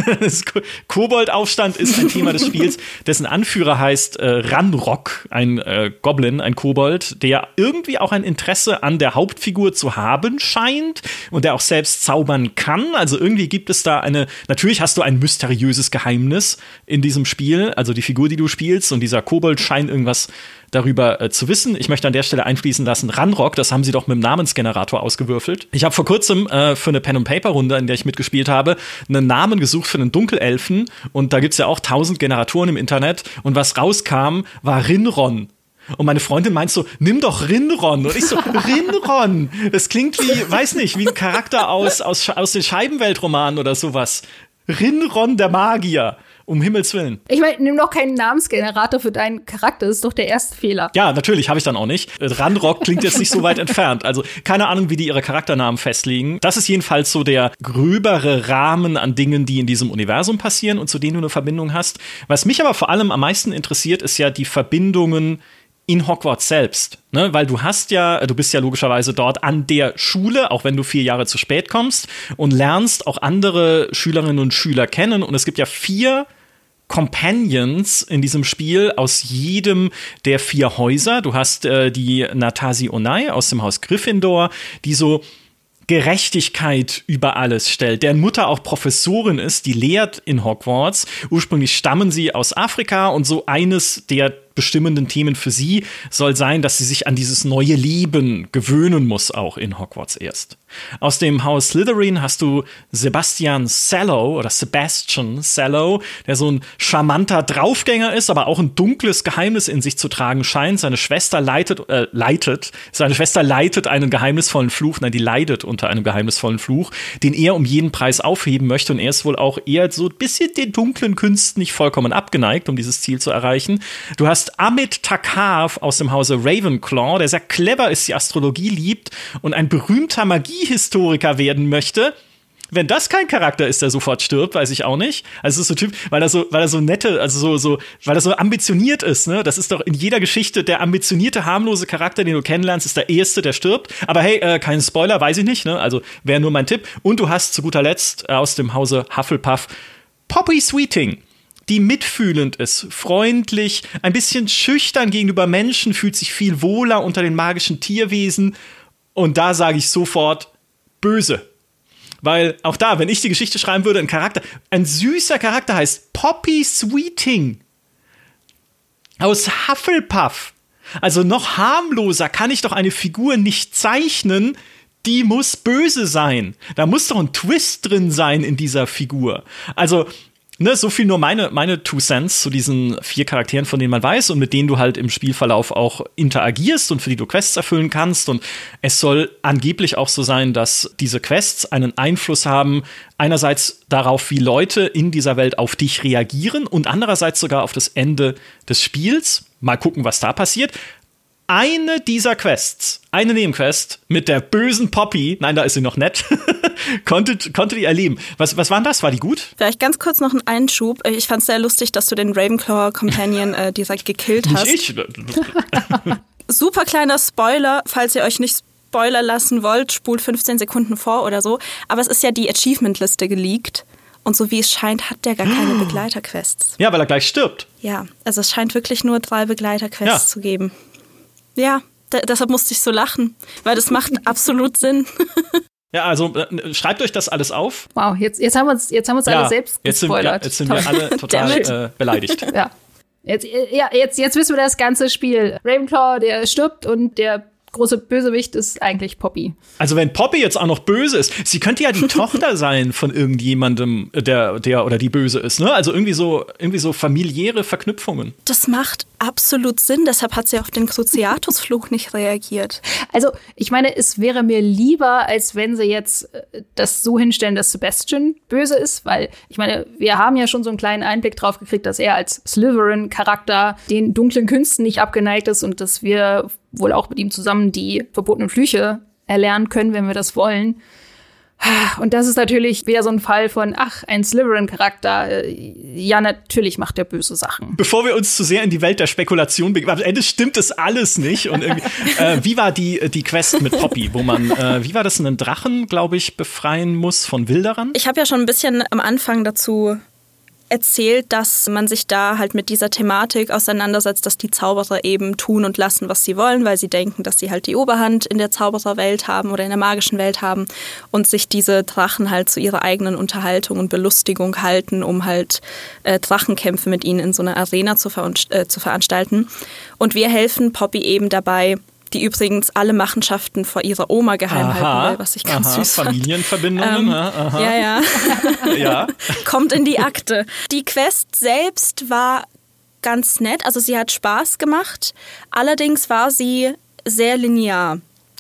Koboldaufstand ist ein Thema des Spiels, dessen Anführer heißt äh, Ranrock, ein äh, Goblin, ein Kobold, der irgendwie auch ein Interesse an der Hauptfigur zu haben scheint und der auch selbst zaubern kann. Also irgendwie gibt es da eine, natürlich hast du ein mysteriöses Geheimnis in diesem Spiel, also die Figur, die du spielst und dieser Kobold scheint irgendwas darüber äh, zu wissen. Ich möchte an der Stelle einfließen lassen, Ranrock, das haben sie doch mit dem Namensgenerator ausgewürfelt. Ich habe vor kurzem äh, für eine Pen-and-Paper-Runde, in der ich mitgespielt habe, einen Namen gesucht für einen Dunkelelfen und da gibt's ja auch tausend Generatoren im Internet und was rauskam, war Rinron. Und meine Freundin meint so, nimm doch Rinron. Und ich so, Rinron. Das klingt wie, weiß nicht, wie ein Charakter aus, aus, aus den Scheibenweltromanen oder sowas. Rinron der Magier. Um Himmels Willen. Ich meine, nimm doch keinen Namensgenerator für deinen Charakter. Das ist doch der erste Fehler. Ja, natürlich, habe ich dann auch nicht. Ranrock klingt jetzt nicht so weit entfernt. Also keine Ahnung, wie die ihre Charakternamen festlegen. Das ist jedenfalls so der gröbere Rahmen an Dingen, die in diesem Universum passieren und zu denen du eine Verbindung hast. Was mich aber vor allem am meisten interessiert, ist ja die Verbindungen in Hogwarts selbst, ne? Weil du hast ja, du bist ja logischerweise dort an der Schule, auch wenn du vier Jahre zu spät kommst und lernst auch andere Schülerinnen und Schüler kennen und es gibt ja vier Companions in diesem Spiel aus jedem der vier Häuser. Du hast äh, die Natasi Onai aus dem Haus Gryffindor, die so Gerechtigkeit über alles stellt, deren Mutter auch Professorin ist, die lehrt in Hogwarts. Ursprünglich stammen sie aus Afrika und so eines der bestimmenden Themen für sie soll sein, dass sie sich an dieses neue Leben gewöhnen muss, auch in Hogwarts erst. Aus dem Haus Slytherin hast du Sebastian Sallow oder Sebastian Sallow, der so ein charmanter Draufgänger ist, aber auch ein dunkles Geheimnis in sich zu tragen scheint. Seine Schwester leitet, äh, leitet, seine Schwester leitet einen geheimnisvollen Fluch, nein, die leidet unter einem geheimnisvollen Fluch, den er um jeden Preis aufheben möchte und er ist wohl auch eher so ein bisschen den dunklen Künsten nicht vollkommen abgeneigt, um dieses Ziel zu erreichen. Du hast Amit Takar aus dem Hause Ravenclaw, der sehr clever ist, die Astrologie liebt und ein berühmter Magiehistoriker werden möchte. Wenn das kein Charakter ist, der sofort stirbt, weiß ich auch nicht. Also es ist so Typ, weil er so, weil er so nette, also so, so, weil er so ambitioniert ist, ne? Das ist doch in jeder Geschichte der ambitionierte, harmlose Charakter, den du kennenlernst, ist der erste, der stirbt. Aber hey, äh, kein Spoiler, weiß ich nicht, ne? Also wäre nur mein Tipp. Und du hast zu guter Letzt äh, aus dem Hause Hufflepuff Poppy Sweeting, die mitfühlend ist, freundlich, ein bisschen schüchtern gegenüber Menschen, fühlt sich viel wohler unter den magischen Tierwesen. Und da sage ich sofort böse. Weil auch da, wenn ich die Geschichte schreiben würde, ein Charakter, ein süßer Charakter heißt Poppy Sweeting aus Hufflepuff. Also noch harmloser kann ich doch eine Figur nicht zeichnen, die muss böse sein. Da muss doch ein Twist drin sein in dieser Figur. Also Ne, so viel nur meine, meine Two Cents zu diesen vier Charakteren, von denen man weiß und mit denen du halt im Spielverlauf auch interagierst und für die du Quests erfüllen kannst. Und es soll angeblich auch so sein, dass diese Quests einen Einfluss haben, einerseits darauf, wie Leute in dieser Welt auf dich reagieren und andererseits sogar auf das Ende des Spiels. Mal gucken, was da passiert. Eine dieser Quests, eine Nebenquest mit der bösen Poppy, nein, da ist sie noch nett, konntet, konntet ihr erleben. Was, was war denn das? War die gut? Vielleicht ganz kurz noch einen Einschub. Ich fand es sehr lustig, dass du den Ravenclaw-Companion äh, direkt gekillt hast. Nicht ich. Super kleiner Spoiler, falls ihr euch nicht Spoiler lassen wollt, spult fünfzehn Sekunden vor oder so. Aber es ist ja die Achievement-Liste geleakt. Und so wie es scheint, hat der gar keine Begleiterquests. Ja, weil er gleich stirbt. Ja, also es scheint wirklich nur drei Begleiterquests ja. zu geben. Ja, d- deshalb musste ich so lachen, weil das macht absolut Sinn. Ja, also äh, schreibt euch das alles auf. Wow, jetzt, jetzt haben wir uns, jetzt haben wir uns ja, alle selbst gespoilert. Jetzt sind, ja, jetzt sind wir alle total äh, beleidigt. Ja, jetzt, ja jetzt, jetzt wissen wir das ganze Spiel. Ravenclaw, der stirbt und der große Bösewicht ist eigentlich Poppy. Also wenn Poppy jetzt auch noch böse ist, sie könnte ja die Tochter sein von irgendjemandem, der, der oder die böse ist, ne? Also irgendwie so, irgendwie so familiäre Verknüpfungen. Das macht absolut Sinn, deshalb hat sie auf den Cruciatus-Fluch nicht reagiert. Also ich meine, es wäre mir lieber, als wenn sie jetzt das so hinstellen, dass Sebastian böse ist, weil ich meine, wir haben ja schon so einen kleinen Einblick drauf gekriegt, dass er als Slytherin-Charakter den dunklen Künsten nicht abgeneigt ist und dass wir wohl auch mit ihm zusammen die verbotenen Flüche erlernen können, wenn wir das wollen. Und das ist natürlich wieder so ein Fall von, ach, ein Slytherin-Charakter, ja, natürlich macht der böse Sachen. Bevor wir uns zu sehr in die Welt der Spekulation begeben, am Ende stimmt es alles nicht. Und irgendwie, äh, wie war die, die Quest mit Poppy, wo man, äh, wie war das, einen Drachen, glaube ich, befreien muss von Wilderern? Ich habe ja schon ein bisschen am Anfang dazu erzählt, dass man sich da halt mit dieser Thematik auseinandersetzt, dass die Zauberer eben tun und lassen, was sie wollen, weil sie denken, dass sie halt die Oberhand in der Zaubererwelt haben oder in der magischen Welt haben und sich diese Drachen halt zu ihrer eigenen Unterhaltung und Belustigung halten, um halt äh, Drachenkämpfe mit ihnen in so einer Arena zu, veranst- äh, zu veranstalten. Und wir helfen Poppy eben dabei, die übrigens alle Machenschaften vor ihrer Oma geheim aha, halten will, was ich ganz aha, süß fand. Familienverbindungen, ähm, aha. Ja, ja. ja. Kommt in die Akte. Die Quest selbst war ganz nett, also sie hat Spaß gemacht. Allerdings war sie sehr linear.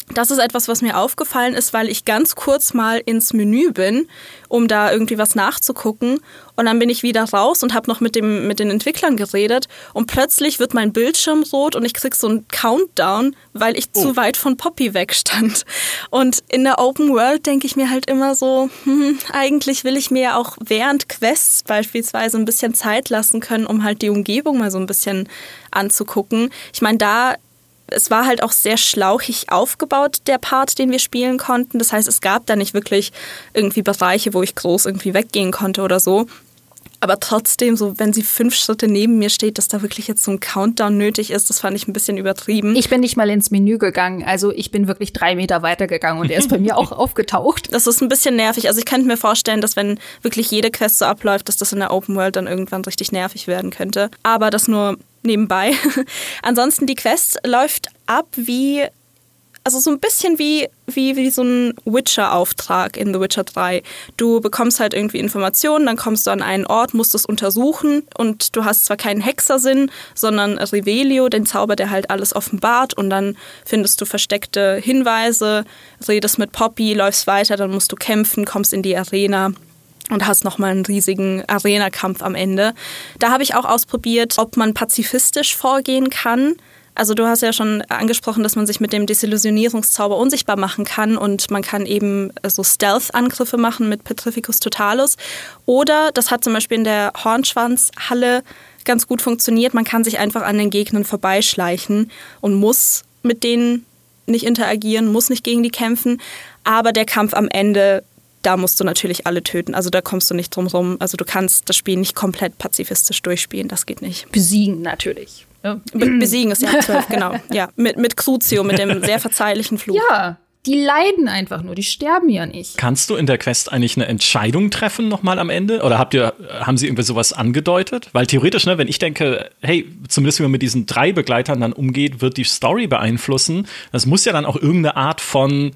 Das ist etwas, was mir aufgefallen ist, weil ich ganz kurz mal ins Menü bin, um da irgendwie was nachzugucken. Und dann bin ich wieder raus und habe noch mit, dem, mit den Entwicklern geredet. Und plötzlich wird mein Bildschirm rot und ich krieg so einen Countdown, weil ich oh. zu weit von Poppy wegstand. Und in der Open World denke ich mir halt immer so, hm, eigentlich will ich mir ja auch während Quests beispielsweise ein bisschen Zeit lassen können, um halt die Umgebung mal so ein bisschen anzugucken. Ich meine, da... Es war halt auch sehr schlauchig aufgebaut, der Part, den wir spielen konnten. Das heißt, es gab da nicht wirklich irgendwie Bereiche, wo ich groß irgendwie weggehen konnte oder so. Aber trotzdem, so wenn sie fünf Schritte neben mir steht, dass da wirklich jetzt so ein Countdown nötig ist, das fand ich ein bisschen übertrieben. Ich bin nicht mal ins Menü gegangen. Also ich bin wirklich drei Meter weiter gegangen und er ist bei mir auch aufgetaucht. Das ist ein bisschen nervig. Also ich könnte mir vorstellen, dass wenn wirklich jede Quest so abläuft, dass das in der Open World dann irgendwann richtig nervig werden könnte. Aber das nur nebenbei. Ansonsten, die Quest läuft ab wie, also so ein bisschen wie, wie, wie so ein Witcher-Auftrag in The Witcher drei. Du bekommst halt irgendwie Informationen, dann kommst du an einen Ort, musst es untersuchen und du hast zwar keinen Hexersinn, sondern Revelio, den Zauber, der halt alles offenbart, und dann findest du versteckte Hinweise, redest mit Poppy, läufst weiter, dann musst du kämpfen, kommst in die Arena und hast nochmal einen riesigen Arena-Kampf am Ende. Da habe ich auch ausprobiert, ob man pazifistisch vorgehen kann. Also du hast ja schon angesprochen, dass man sich mit dem Desillusionierungszauber unsichtbar machen kann und man kann eben so Stealth-Angriffe machen mit Petrificus Totalus. Oder, das hat zum Beispiel in der Hornschwanzhalle ganz gut funktioniert, man kann sich einfach an den Gegnern vorbeischleichen und muss mit denen nicht interagieren, muss nicht gegen die kämpfen. Aber der Kampf am Ende, da musst du natürlich alle töten. Also da kommst du nicht drum rum. Also du kannst das Spiel nicht komplett pazifistisch durchspielen. Das geht nicht. Besiegen natürlich. Ja. Be- besiegen ist ja zwölf, genau. Ja, mit, mit Crucio, mit dem sehr verzeihlichen Fluch. Ja, die leiden einfach nur. Die sterben ja nicht. Kannst du in der Quest eigentlich eine Entscheidung treffen nochmal am Ende? Oder habt ihr, haben sie irgendwie sowas angedeutet? Weil theoretisch, ne, wenn ich denke, hey, zumindest wie man mit diesen drei Begleitern dann umgeht, wird die Story beeinflussen. Das muss ja dann auch irgendeine Art von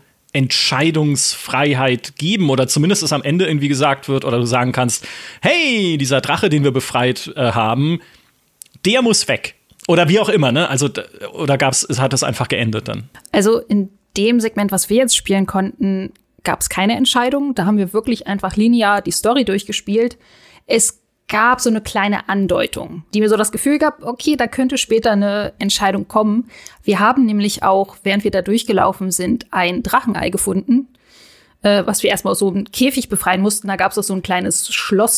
Entscheidungsfreiheit geben oder zumindest es am Ende irgendwie gesagt wird oder du sagen kannst, hey, dieser Drache, den wir befreit äh, haben, der muss weg. Oder wie auch immer, ne? Also, oder gab's, es hat es einfach geendet dann? Also in dem Segment, was wir jetzt spielen konnten, gab es keine Entscheidung. Da haben wir wirklich einfach linear die Story durchgespielt. Es gab so eine kleine Andeutung, die mir so das Gefühl gab, okay, da könnte später eine Entscheidung kommen. Wir haben nämlich auch, während wir da durchgelaufen sind, ein Drachenei gefunden, äh, was wir erstmal aus so einem Käfig befreien mussten. Da gab es auch so ein kleines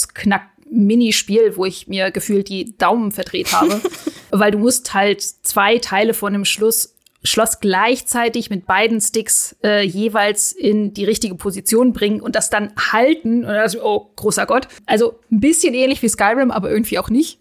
Schlossknack-Minispiel, wo ich mir gefühlt die Daumen verdreht habe. Weil du musst halt zwei Teile von einem Schluss Schloss gleichzeitig mit beiden Sticks äh, jeweils in die richtige Position bringen und das dann halten. Und das, oh, großer Gott. Also ein bisschen ähnlich wie Skyrim, aber irgendwie auch nicht.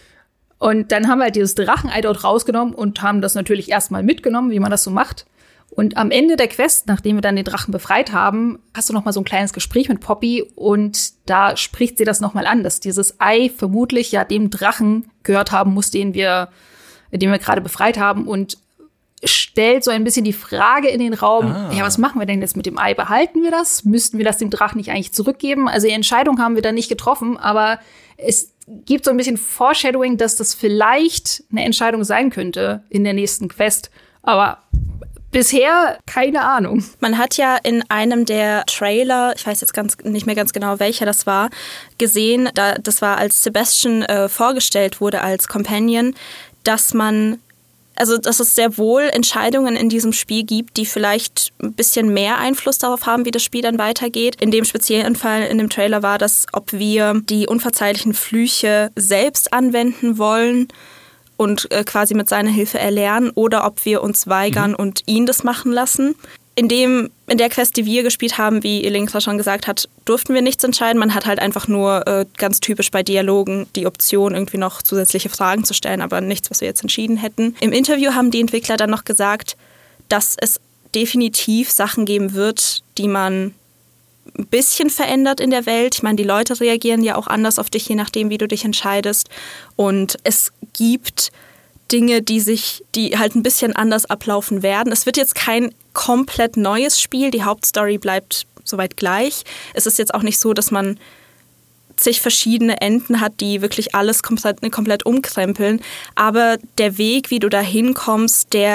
Und dann haben wir halt dieses Drachenei dort rausgenommen und haben das natürlich erstmal mitgenommen, wie man das so macht. Und am Ende der Quest, nachdem wir dann den Drachen befreit haben, hast du noch mal so ein kleines Gespräch mit Poppy und da spricht sie das noch mal an, dass dieses Ei vermutlich ja dem Drachen gehört haben muss, den wir, den wir gerade befreit haben, und stellt so ein bisschen die Frage in den Raum, ah. ja, was machen wir denn jetzt mit dem Ei? Behalten wir das? Müssten wir das dem Drachen nicht eigentlich zurückgeben? Also die Entscheidung haben wir da nicht getroffen, aber es gibt so ein bisschen Foreshadowing, dass das vielleicht eine Entscheidung sein könnte in der nächsten Quest. Aber bisher keine Ahnung. Man hat ja in einem der Trailer, ich weiß jetzt ganz nicht mehr ganz genau, welcher das war, gesehen, da, das war, als Sebastian äh, vorgestellt wurde als Companion, dass man Also, dass es sehr wohl Entscheidungen in diesem Spiel gibt, die vielleicht ein bisschen mehr Einfluss darauf haben, wie das Spiel dann weitergeht. In dem speziellen Fall in dem Trailer war das, ob wir die unverzeihlichen Flüche selbst anwenden wollen und äh, quasi mit seiner Hilfe erlernen, oder ob wir uns weigern mhm. und ihn das machen lassen. In dem, in der Quest, die wir gespielt haben, wie Elintra schon gesagt hat, durften wir nichts entscheiden. Man hat halt einfach nur äh, ganz typisch bei Dialogen die Option, irgendwie noch zusätzliche Fragen zu stellen, aber nichts, was wir jetzt entschieden hätten. Im Interview haben die Entwickler dann noch gesagt, dass es definitiv Sachen geben wird, die man ein bisschen verändert in der Welt. Ich meine, die Leute reagieren ja auch anders auf dich, je nachdem, wie du dich entscheidest. Und es gibt Dinge, die sich, die halt ein bisschen anders ablaufen werden. Es wird jetzt kein komplett neues Spiel. Die Hauptstory bleibt soweit gleich. Es ist jetzt auch nicht so, dass man zig verschiedene Enden hat, die wirklich alles komplett, komplett umkrempeln. Aber der Weg, wie du da hinkommst, der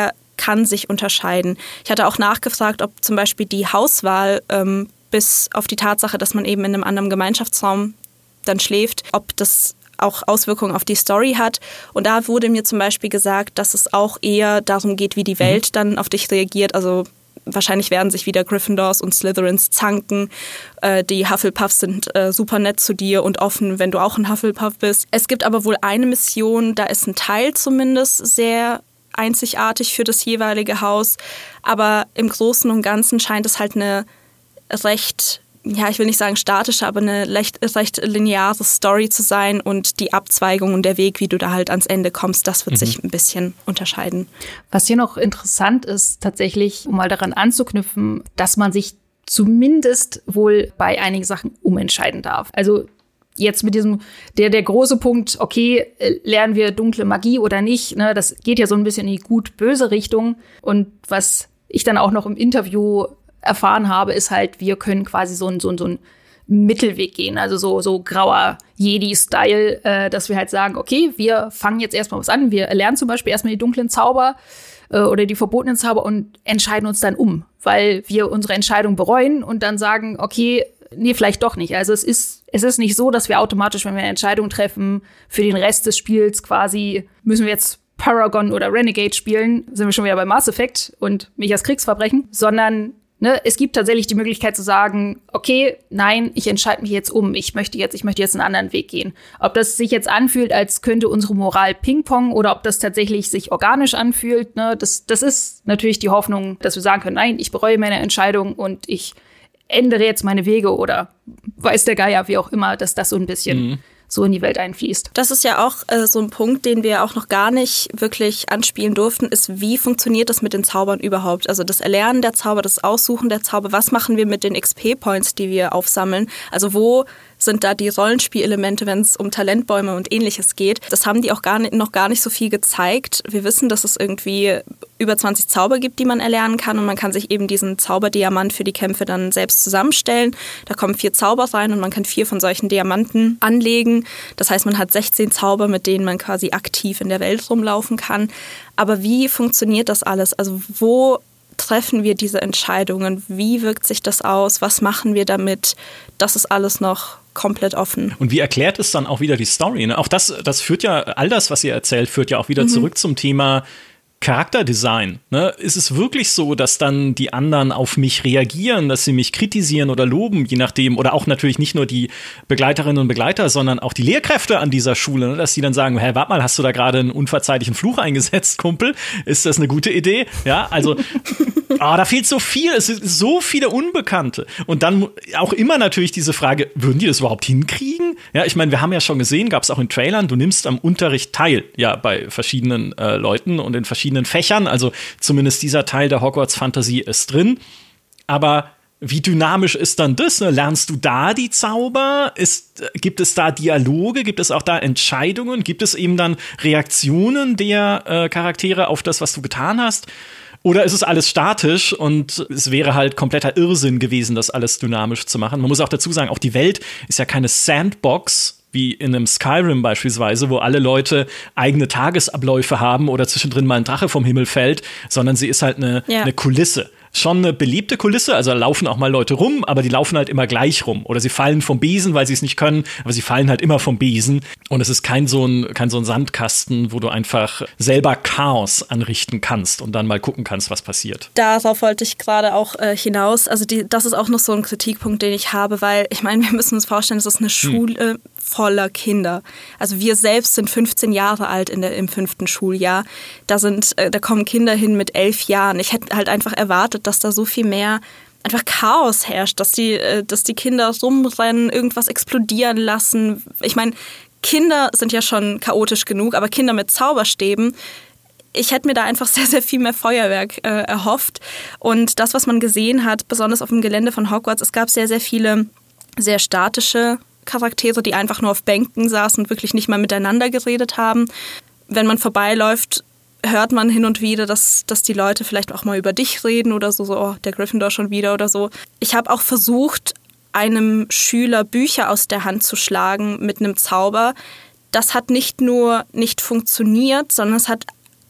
kann sich unterscheiden. Ich hatte auch nachgefragt, ob zum Beispiel die Hauswahl ähm, bis auf die Tatsache, dass man eben in einem anderen Gemeinschaftsraum dann schläft, ob das auch Auswirkungen auf die Story hat. Und da wurde mir zum Beispiel gesagt, dass es auch eher darum geht, wie die Welt mhm. dann auf dich reagiert. Also wahrscheinlich werden sich wieder Gryffindors und Slytherins zanken. Äh, die Hufflepuffs sind äh, super nett zu dir und offen, wenn du auch ein Hufflepuff bist. Es gibt aber wohl eine Mission, da ist ein Teil zumindest sehr einzigartig für das jeweilige Haus. Aber im Großen und Ganzen scheint es halt eine recht, ja, ich will nicht sagen statische, aber eine recht, recht lineare Story zu sein und die Abzweigung und der Weg, wie du da halt ans Ende kommst, das wird mhm. sich ein bisschen unterscheiden. Was hier noch interessant ist, tatsächlich, um mal daran anzuknüpfen, dass man sich zumindest wohl bei einigen Sachen umentscheiden darf. Also jetzt mit diesem, der, der große Punkt, okay, lernen wir dunkle Magie oder nicht, ne, das geht ja so ein bisschen in die gut-böse Richtung. Und was ich dann auch noch im Interview erfahren habe, ist halt, wir können quasi so ein, so ein, so ein Mittelweg gehen, also so, so grauer Jedi-Style, äh, dass wir halt sagen, okay, wir fangen jetzt erstmal was an, wir lernen zum Beispiel erstmal die dunklen Zauber äh, oder die verbotenen Zauber und entscheiden uns dann um, weil wir unsere Entscheidung bereuen und dann sagen, okay, nee, vielleicht doch nicht. Also es ist, es ist nicht so, dass wir automatisch, wenn wir eine Entscheidung treffen, für den Rest des Spiels quasi, müssen wir jetzt Paragon oder Renegade spielen, sind wir schon wieder bei Mass Effect und Michas Kriegsverbrechen, sondern Ne, es gibt tatsächlich die Möglichkeit zu sagen, okay, nein, ich entscheide mich jetzt um. Ich möchte jetzt, ich möchte jetzt einen anderen Weg gehen. Ob das sich jetzt anfühlt, als könnte unsere Moral Ping-Pong oder ob das tatsächlich sich organisch anfühlt, ne, das, das ist natürlich die Hoffnung, dass wir sagen können, nein, ich bereue meine Entscheidung und ich ändere jetzt meine Wege oder weiß der Geier, wie auch immer, dass das so ein bisschen mhm. so in die Welt einfließt. Das ist ja auch äh, so ein Punkt, den wir auch noch gar nicht wirklich anspielen durften, ist, wie funktioniert das mit den Zaubern überhaupt? Also das Erlernen der Zauber, das Aussuchen der Zauber, was machen wir mit den X P-Points, die wir aufsammeln? Also wo sind da die Rollenspielelemente, wenn es um Talentbäume und Ähnliches geht? Das haben die auch gar nicht, noch gar nicht so viel gezeigt. Wir wissen, dass es irgendwie über zwanzig Zauber gibt, die man erlernen kann und man kann sich eben diesen Zauberdiamant für die Kämpfe dann selbst zusammenstellen. Da kommen vier Zauber rein und man kann vier von solchen Diamanten anlegen. Das heißt, man hat sechzehn Zauber, mit denen man quasi aktiv in der Welt rumlaufen kann. Aber wie funktioniert das alles? Also wo treffen wir diese Entscheidungen? Wie wirkt sich das aus? Was machen wir damit? Das ist alles noch komplett offen. Und wie erklärt es dann auch wieder die Story? Ne? Auch das, das führt ja, all das, was ihr erzählt, führt ja auch wieder mhm. zurück zum Thema Charakterdesign. Ne? Ist es wirklich so, dass dann die anderen auf mich reagieren, dass sie mich kritisieren oder loben, je nachdem, oder auch natürlich nicht nur die Begleiterinnen und Begleiter, sondern auch die Lehrkräfte an dieser Schule, ne? Dass die dann sagen, hey, warte mal, hast du da gerade einen unverzeihlichen Fluch eingesetzt, Kumpel? Ist das eine gute Idee? Ja, also oh, da fehlt so viel, es sind so viele Unbekannte. Und dann auch immer natürlich diese Frage, würden die das überhaupt hinkriegen? Ja, ich meine, wir haben ja schon gesehen, gab es auch in Trailern, du nimmst am Unterricht teil, ja, bei verschiedenen äh, Leuten und in verschiedenen Fächern, also zumindest dieser Teil der Hogwarts-Fantasie ist drin. Aber wie dynamisch ist dann das? Ne? Lernst du da die Zauber? Ist, gibt es da Dialoge? Gibt es auch da Entscheidungen? Gibt es eben dann Reaktionen der äh, Charaktere auf das, was du getan hast? Oder ist es alles statisch und es wäre halt kompletter Irrsinn gewesen, das alles dynamisch zu machen? Man muss auch dazu sagen, auch die Welt ist ja keine Sandbox, wie in einem Skyrim beispielsweise, wo alle Leute eigene Tagesabläufe haben oder zwischendrin mal ein Drache vom Himmel fällt, sondern sie ist halt eine, ja. eine Kulisse. Schon eine beliebte Kulisse, also da laufen auch mal Leute rum, aber die laufen halt immer gleich rum. Oder sie fallen vom Besen, weil sie es nicht können, aber sie fallen halt immer vom Besen. Und es ist kein so ein, kein so ein Sandkasten, wo du einfach selber Chaos anrichten kannst und dann mal gucken kannst, was passiert. Darauf wollte ich gerade auch äh, hinaus. Also die, das ist auch noch so ein Kritikpunkt, den ich habe, weil ich meine, wir müssen uns vorstellen, es ist eine Schule hm. voller Kinder. Also wir selbst sind fünfzehn Jahre alt in der, im fünften Schuljahr. Da sind, äh, da kommen Kinder hin mit elf Jahren. Ich hätte halt einfach erwartet, dass da so viel mehr einfach Chaos herrscht, dass die, dass die Kinder rumrennen, irgendwas explodieren lassen. Ich meine, Kinder sind ja schon chaotisch genug, aber Kinder mit Zauberstäben, ich hätte mir da einfach sehr, sehr viel mehr Feuerwerk äh, erhofft. Und das, was man gesehen hat, besonders auf dem Gelände von Hogwarts, es gab sehr, sehr viele sehr statische Charaktere, die einfach nur auf Bänken saßen und wirklich nicht mal miteinander geredet haben. Wenn man vorbeiläuft, hört man hin und wieder, dass, dass die Leute vielleicht auch mal über dich reden oder so, so oh, der Gryffindor schon wieder oder so. Ich habe auch versucht, einem Schüler Bücher aus der Hand zu schlagen mit einem Zauber. Das hat nicht nur nicht funktioniert, sondern es hat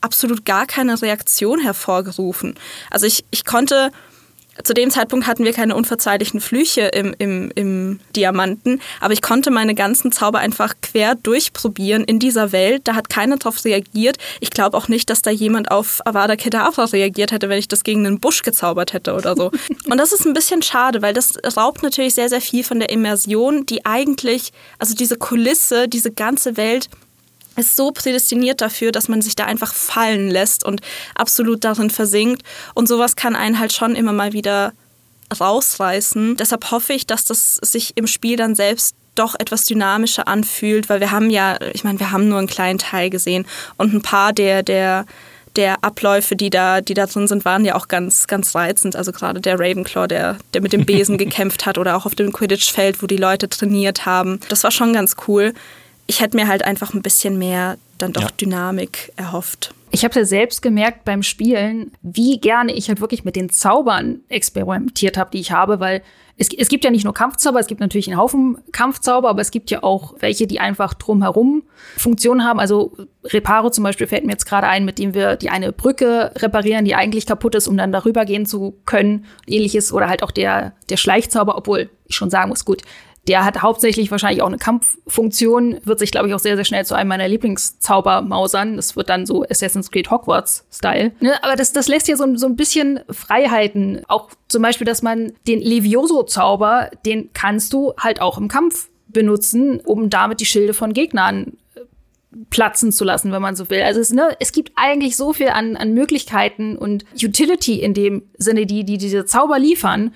absolut gar keine Reaktion hervorgerufen. Also ich, ich konnte... Zu dem Zeitpunkt hatten wir keine unverzeihlichen Flüche im, im, im Diamanten, aber ich konnte meine ganzen Zauber einfach quer durchprobieren in dieser Welt. Da hat keiner drauf reagiert. Ich glaube auch nicht, dass da jemand auf Avada Kedavra reagiert hätte, wenn ich das gegen einen Busch gezaubert hätte oder so. Und das ist ein bisschen schade, weil das raubt natürlich sehr, sehr viel von der Immersion, die eigentlich, also diese Kulisse, diese ganze Welt ist so prädestiniert dafür, dass man sich da einfach fallen lässt und absolut darin versinkt. Und sowas kann einen halt schon immer mal wieder rausreißen. Deshalb hoffe ich, dass das sich im Spiel dann selbst doch etwas dynamischer anfühlt, weil wir haben ja, ich meine, wir haben nur einen kleinen Teil gesehen und ein paar der, der, der Abläufe, die da, die da drin sind, waren ja auch ganz, ganz reizend. Also gerade der Ravenclaw, der, der mit dem Besen gekämpft hat oder auch auf dem Quidditch-Feld, wo die Leute trainiert haben. Das war schon ganz cool. Ich hätte mir halt einfach ein bisschen mehr dann doch ja. Dynamik erhofft. Ich habe ja selbst gemerkt beim Spielen, wie gerne ich halt wirklich mit den Zaubern experimentiert habe, die ich habe, weil es, es gibt ja nicht nur Kampfzauber, es gibt natürlich einen Haufen Kampfzauber, aber es gibt ja auch welche, die einfach drumherum Funktionen haben. Also Reparo zum Beispiel fällt mir jetzt gerade ein, mit dem wir die eine Brücke reparieren, die eigentlich kaputt ist, um dann darüber gehen zu können. Ähnliches oder halt auch der, der Schleichzauber, obwohl ich schon sagen muss, gut, der hat hauptsächlich wahrscheinlich auch eine Kampffunktion, wird sich, glaube ich, auch sehr, sehr schnell zu einem meiner Lieblingszauber mausern. Das wird dann so Assassin's Creed Hogwarts-Style. Ne? Aber das, das lässt ja so, so ein bisschen Freiheiten. Auch zum Beispiel, dass man den Levioso-Zauber, den kannst du halt auch im Kampf benutzen, um damit die Schilde von Gegnern platzen zu lassen, wenn man so will. Also es, ne, es gibt eigentlich so viel an, an Möglichkeiten und Utility in dem Sinne, die, die diese Zauber liefern.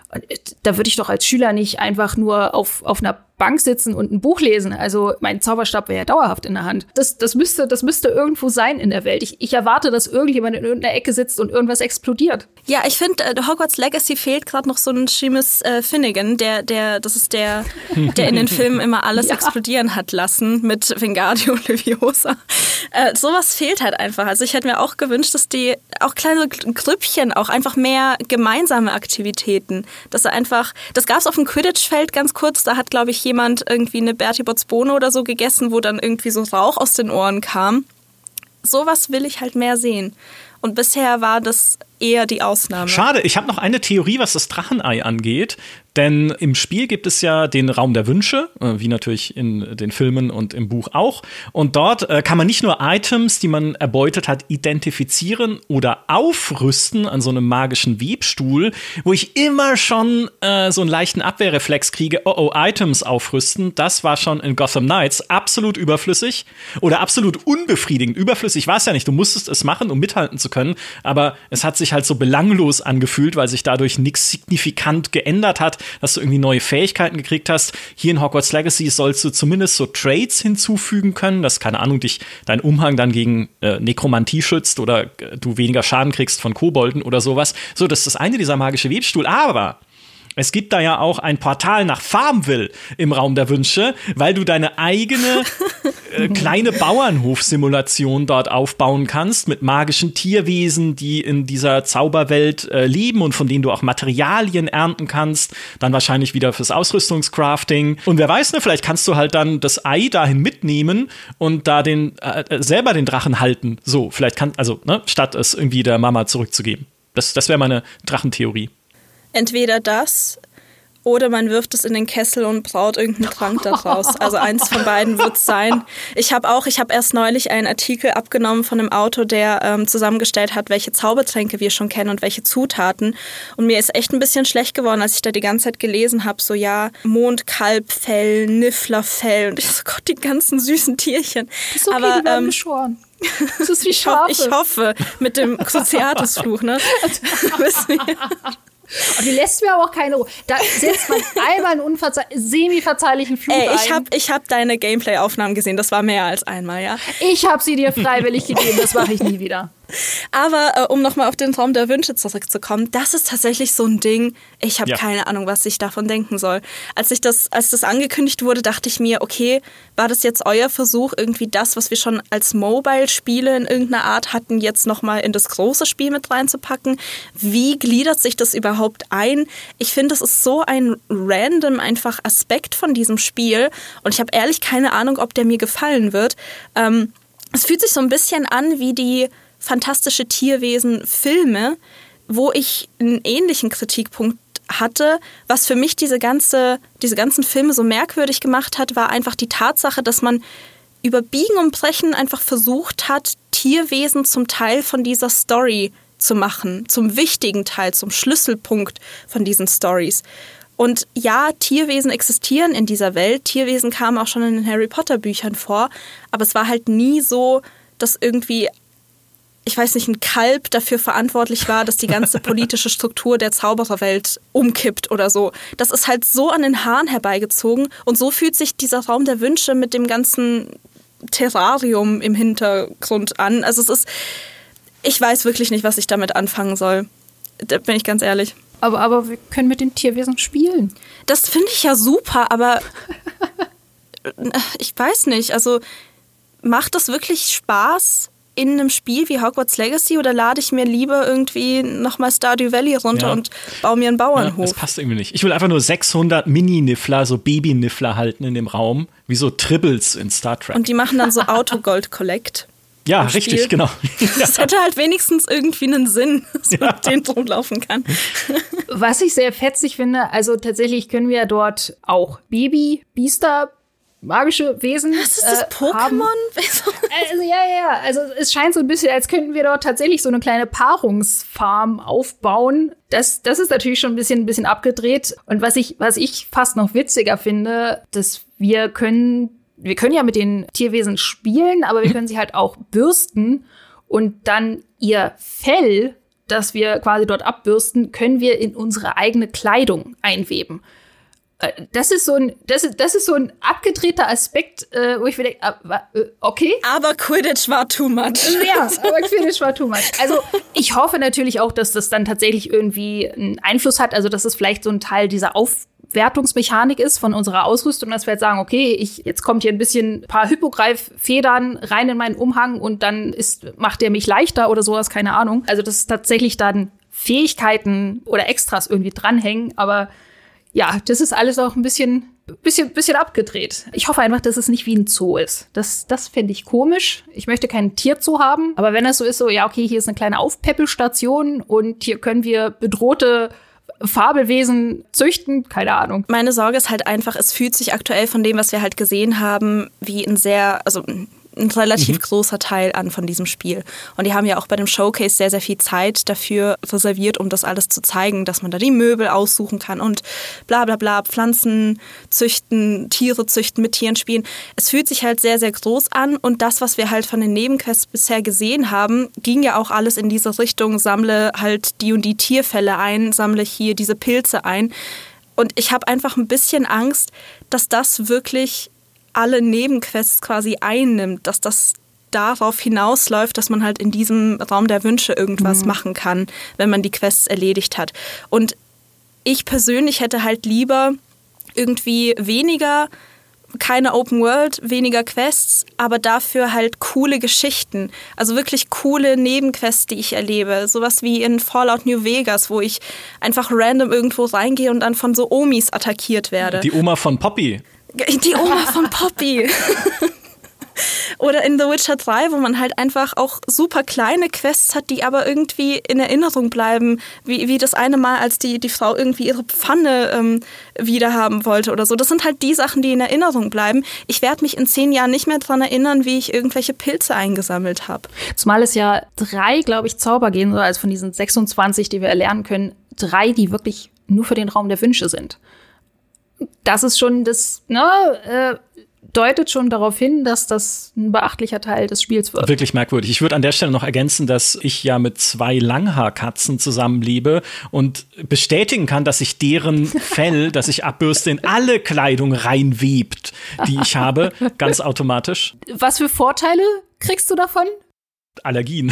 Da würde ich doch als Schüler nicht einfach nur auf, auf einer Bank sitzen und ein Buch lesen. Also mein Zauberstab wäre ja dauerhaft in der Hand. Das, das, müsste, das müsste irgendwo sein in der Welt. Ich, ich erwarte, dass irgendjemand in irgendeiner Ecke sitzt und irgendwas explodiert. Ja, ich finde, äh, Hogwarts Legacy fehlt gerade noch so ein Seamus äh, Finnegan, der, der, das ist der, der in den Filmen immer alles ja. explodieren hat lassen mit Wingardium Leviosa. Äh, sowas fehlt halt einfach. Also ich hätte mir auch gewünscht, dass die auch kleine Grüppchen, auch einfach mehr gemeinsame Aktivitäten, dass er einfach, das gab es auf dem Quidditch-Feld ganz kurz, da hat, glaube ich, jemand irgendwie eine Bertie Botts Bohne oder so gegessen, wo dann irgendwie so Rauch aus den Ohren kam. Sowas will ich halt mehr sehen. Und bisher war das eher die Ausnahme. Schade, ich habe noch eine Theorie, was das Drachenei angeht. Denn im Spiel gibt es ja den Raum der Wünsche, wie natürlich in den Filmen und im Buch auch. Und dort äh, kann man nicht nur Items, die man erbeutet hat, identifizieren oder aufrüsten an so einem magischen Webstuhl, wo ich immer schon äh, so einen leichten Abwehrreflex kriege, oh oh, Items aufrüsten, das war schon in Gotham Knights absolut überflüssig oder absolut unbefriedigend. Überflüssig war es ja nicht, du musstest es machen, um mithalten zu können, aber es hat sich halt so belanglos angefühlt, weil sich dadurch nichts signifikant geändert hat, dass du irgendwie neue Fähigkeiten gekriegt hast. Hier in Hogwarts Legacy sollst du zumindest so Traits hinzufügen können, dass, keine Ahnung, dich dein Umhang dann gegen äh, Nekromantie schützt oder äh, du weniger Schaden kriegst von Kobolden oder sowas. So, das ist das eine, dieser magische Webstuhl. Aber es gibt da ja auch ein Portal nach Farmville im Raum der Wünsche, weil du deine eigene äh, kleine Bauernhofsimulation dort aufbauen kannst mit magischen Tierwesen, die in dieser Zauberwelt äh, leben und von denen du auch Materialien ernten kannst. Dann wahrscheinlich wieder fürs Ausrüstungscrafting. Und wer weiß, ne, vielleicht kannst du halt dann das Ei dahin mitnehmen und da den äh, selber den Drachen halten. So, vielleicht kann, also, ne, statt es irgendwie der Mama zurückzugeben. Das, das wäre meine Drachentheorie. Entweder das oder man wirft es in den Kessel und braut irgendeinen Trank daraus. Also eins von beiden wird es sein. Ich habe auch, ich habe erst neulich einen Artikel abgenommen von einem Autor, der ähm, zusammengestellt hat, welche Zaubertränke wir schon kennen und welche Zutaten. Und mir ist echt ein bisschen schlecht geworden, als ich da die ganze Zeit gelesen habe, so ja, Mondkalbfell, Nifflerfell und ich so, Gott, die ganzen süßen Tierchen. Das ist okay, aber, die werden ähm, geschoren. Das ist wie Schafe. Ich hoffe, mit dem Cruciatus-Fluch, ne? Und die lässt mir aber auch keine Ruhe. Da setzt man einmal einen unverzeih- semi-verzeihlichen Fluch Ey, ein. ich habe ich hab deine Gameplay-Aufnahmen gesehen, das war mehr als einmal, ja? Ich habe sie dir freiwillig gegeben, das mache ich nie wieder. Aber äh, um nochmal auf den Raum der Wünsche zurückzukommen, das ist tatsächlich so ein Ding, ich habe ja. keine Ahnung, was ich davon denken soll. Als ich das, als das angekündigt wurde, dachte ich mir, okay, war das jetzt euer Versuch, irgendwie das, was wir schon als Mobile-Spiele in irgendeiner Art hatten, jetzt nochmal in das große Spiel mit reinzupacken? Wie gliedert sich das überhaupt ein? Ich finde, das ist so ein random einfach Aspekt von diesem Spiel und ich habe ehrlich keine Ahnung, ob der mir gefallen wird. Ähm, es fühlt sich so ein bisschen an wie die fantastische Tierwesen-Filme, wo ich einen ähnlichen Kritikpunkt hatte. Was für mich diese, ganze, diese ganzen Filme so merkwürdig gemacht hat, war einfach die Tatsache, dass man über Biegen und Brechen einfach versucht hat, Tierwesen zum Teil von dieser Story zu machen, zum wichtigen Teil, zum Schlüsselpunkt von diesen Stories. Und ja, Tierwesen existieren in dieser Welt. Tierwesen kamen auch schon in den Harry Potter Büchern vor. Aber es war halt nie so, dass irgendwie, ich weiß nicht, ein Kalb dafür verantwortlich war, dass die ganze politische Struktur der Zaubererwelt umkippt oder so. Das ist halt so an den Haaren herbeigezogen. Und so fühlt sich dieser Raum der Wünsche mit dem ganzen Terrarium im Hintergrund an. Also es ist, ich weiß wirklich nicht, was ich damit anfangen soll. Da bin ich ganz ehrlich. Aber, aber wir können mit den Tierwesen spielen. Das finde ich ja super, aber ich weiß nicht. Also macht das wirklich Spaß in einem Spiel wie Hogwarts Legacy oder lade ich mir lieber irgendwie nochmal Stardew Valley runter ja. und baue mir einen Bauernhof? Ja, das passt irgendwie nicht. Ich will einfach nur sechshundert Mini-Niffler, so Baby-Niffler halten in dem Raum, wie so Tribbles in Star Trek. Und die machen dann so Autogold-Collect. Ja, richtig, Spiel. Genau. Das hätte halt wenigstens irgendwie einen Sinn, dass man ja. mit denen rumlaufen kann. Was ich sehr fetzig finde, also tatsächlich können wir dort auch Baby, Biester, magische Wesen Das ist das äh, Pokémon? Also ja, ja, also es scheint so ein bisschen, als könnten wir dort tatsächlich so eine kleine Paarungsfarm aufbauen. Das, das ist natürlich schon ein bisschen, ein bisschen abgedreht. Und was ich, was ich fast noch witziger finde, dass wir können Wir können ja mit den Tierwesen spielen, aber wir können sie halt auch bürsten und dann ihr Fell, das wir quasi dort abbürsten, können wir in unsere eigene Kleidung einweben. Das ist so ein, das ist, das ist so ein abgedrehter Aspekt, äh, wo ich mir denke, äh, okay. Aber Quidditch war too much. Ja, aber Quidditch war too much. Also ich hoffe natürlich auch, dass das dann tatsächlich irgendwie einen Einfluss hat, also dass es vielleicht so ein Teil dieser Auf Wertungsmechanik ist von unserer Ausrüstung, dass wir jetzt sagen, okay, ich, jetzt kommt hier ein bisschen ein paar Hypogreif-Federn rein in meinen Umhang und dann ist, macht der mich leichter oder sowas, keine Ahnung. Also, dass tatsächlich dann Fähigkeiten oder Extras irgendwie dranhängen, aber ja, das ist alles auch ein bisschen, bisschen, bisschen abgedreht. Ich hoffe einfach, dass es nicht wie ein Zoo ist. Das, das fände ich komisch. Ich möchte keinen Tierzoo haben, aber wenn das so ist, so, ja, okay, hier ist eine kleine Aufpäppelstation und hier können wir bedrohte Fabelwesen züchten, keine Ahnung. Meine Sorge ist halt einfach, es fühlt sich aktuell von dem, was wir halt gesehen haben, wie ein sehr, also ein relativ mhm. großer Teil an von diesem Spiel. Und die haben ja auch bei dem Showcase sehr, sehr viel Zeit dafür reserviert, um das alles zu zeigen, dass man da die Möbel aussuchen kann und bla bla bla, Pflanzen züchten, Tiere züchten, mit Tieren spielen. Es fühlt sich halt sehr, sehr groß an und das, was wir halt von den Nebenquests bisher gesehen haben, ging ja auch alles in diese Richtung, sammle halt die und die Tierfälle ein, sammle hier diese Pilze ein. Und ich habe einfach ein bisschen Angst, dass das wirklich alle Nebenquests quasi einnimmt, dass das darauf hinausläuft, dass man halt in diesem Raum der Wünsche irgendwas mhm. machen kann, wenn man die Quests erledigt hat. Und ich persönlich hätte halt lieber irgendwie weniger, keine Open World, weniger Quests, aber dafür halt coole Geschichten. Also wirklich coole Nebenquests, die ich erlebe. Sowas wie in Fallout New Vegas, wo ich einfach random irgendwo reingehe und dann von so Omis attackiert werde. Die Oma von Poppy. Die Oma von Poppy. Oder in The Witcher drei, wo man halt einfach auch super kleine Quests hat, die aber irgendwie in Erinnerung bleiben. Wie, wie das eine Mal, als die, die Frau irgendwie ihre Pfanne ähm, wiederhaben wollte oder so. Das sind halt die Sachen, die in Erinnerung bleiben. Ich werde mich in zehn Jahren nicht mehr daran erinnern, wie ich irgendwelche Pilze eingesammelt habe. Zumal es ja drei, glaube ich, Zauber gehen soll, also von diesen sechsundzwanzig, die wir erlernen können, drei, die wirklich nur für den Raum der Wünsche sind. Das ist schon das, ne, äh, deutet schon darauf hin, dass das ein beachtlicher Teil des Spiels wird. Wirklich merkwürdig. Ich würde an der Stelle noch ergänzen, dass ich ja mit zwei Langhaarkatzen zusammenlebe und bestätigen kann, dass sich deren Fell, das ich abbürste, in alle Kleidung reinwebt, die ich habe, ganz automatisch. Was für Vorteile kriegst du davon? Allergien.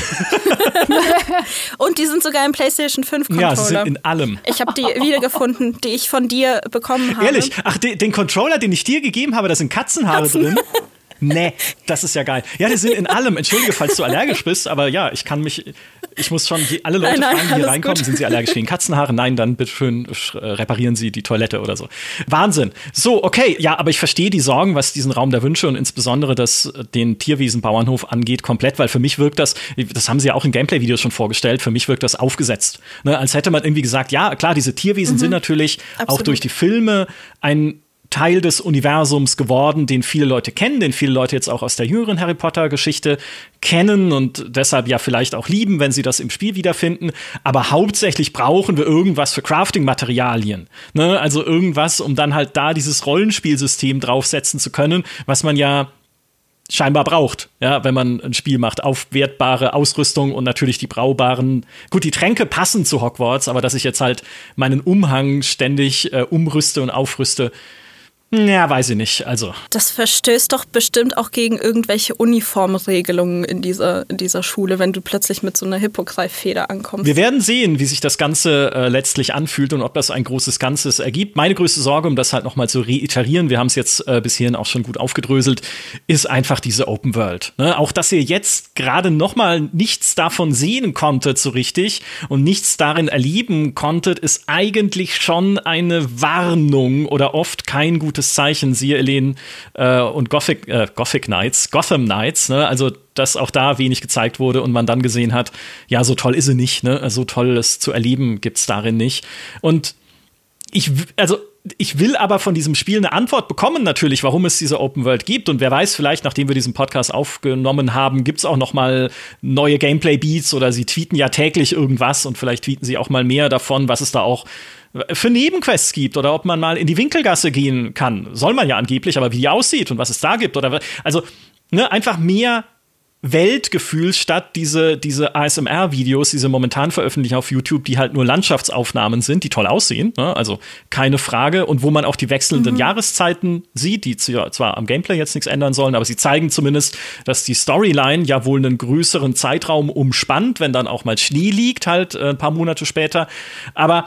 Und die sind sogar im PlayStation fünf Controller. Ja, sie sind in allem. Ich habe die wiedergefunden, die ich von dir bekommen habe. Ehrlich? Ach, de- den Controller, den ich dir gegeben habe, da sind Katzenhaare Katzen. drin? Nee, das ist ja geil. Ja, die sind in allem. Entschuldige, falls du allergisch bist, aber ja, ich kann mich Ich muss schon die, alle Leute nein, nein, fragen, die hier reinkommen, gut. sind sie allergisch gegen Katzenhaare? Nein, dann bitteschön äh, reparieren Sie die Toilette oder so. Wahnsinn. So, okay, ja, aber ich verstehe die Sorgen, was diesen Raum der Wünsche und insbesondere das den Tierwiesenbauernhof angeht, komplett, weil für mich wirkt das, das haben sie ja auch in Gameplay-Videos schon vorgestellt, für mich wirkt das aufgesetzt. Ne, als hätte man irgendwie gesagt, ja, klar, diese Tierwesen mhm. sind natürlich Absolut. Auch durch die Filme ein Teil des Universums geworden, den viele Leute kennen, den viele Leute jetzt auch aus der jüngeren Harry Potter-Geschichte kennen und deshalb ja vielleicht auch lieben, wenn sie das im Spiel wiederfinden. Aber hauptsächlich brauchen wir irgendwas für Crafting-Materialien. Ne? Also irgendwas, um dann halt da dieses Rollenspielsystem draufsetzen zu können, was man ja scheinbar braucht, ja, wenn man ein Spiel macht. Aufwertbare Ausrüstung und natürlich die braubaren. Gut, die Tränke passen zu Hogwarts, aber dass ich jetzt halt meinen Umhang ständig äh, umrüste und aufrüste, ja, weiß ich nicht, also. Das verstößt doch bestimmt auch gegen irgendwelche Uniformregelungen in dieser, in dieser Schule, wenn du plötzlich mit so einer Hippogreif-Feder ankommst. Wir werden sehen, wie sich das Ganze äh, letztlich anfühlt und ob das ein großes Ganzes ergibt. Meine größte Sorge, um das halt noch mal zu reiterieren, wir haben es jetzt äh, bis hierhin auch schon gut aufgedröselt, ist einfach diese Open World. Ne? Auch, dass ihr jetzt gerade noch mal nichts davon sehen konntet so richtig und nichts darin erleben konntet, ist eigentlich schon eine Warnung oder oft kein gutes Zeichen, siehe Elen äh, und Gothic, äh, Gothic Knights, Gotham Knights, ne? Also dass auch da wenig gezeigt wurde und man dann gesehen hat, ja, so toll ist sie nicht, ne? So tolles zu erleben gibt's darin nicht. Und ich, also ich will aber von diesem Spiel eine Antwort bekommen natürlich, warum es diese Open World gibt. Und wer weiß, vielleicht, nachdem wir diesen Podcast aufgenommen haben, gibt's auch noch mal neue Gameplay-Beats oder sie tweeten ja täglich irgendwas und vielleicht tweeten sie auch mal mehr davon, was es da auch für Nebenquests gibt oder ob man mal in die Winkelgasse gehen kann. Soll man ja angeblich, aber wie die aussieht und was es da gibt oder also ne, einfach mehr Weltgefühl statt diese, diese A S M R-Videos, diese momentan veröffentlichen auf YouTube, die halt nur Landschaftsaufnahmen sind, die toll aussehen, ne? Also keine Frage. Und wo man auch die wechselnden mhm. Jahreszeiten sieht, die zwar am Gameplay jetzt nichts ändern sollen, aber sie zeigen zumindest, dass die Storyline ja wohl einen größeren Zeitraum umspannt, wenn dann auch mal Schnee liegt, halt äh, ein paar Monate später. Aber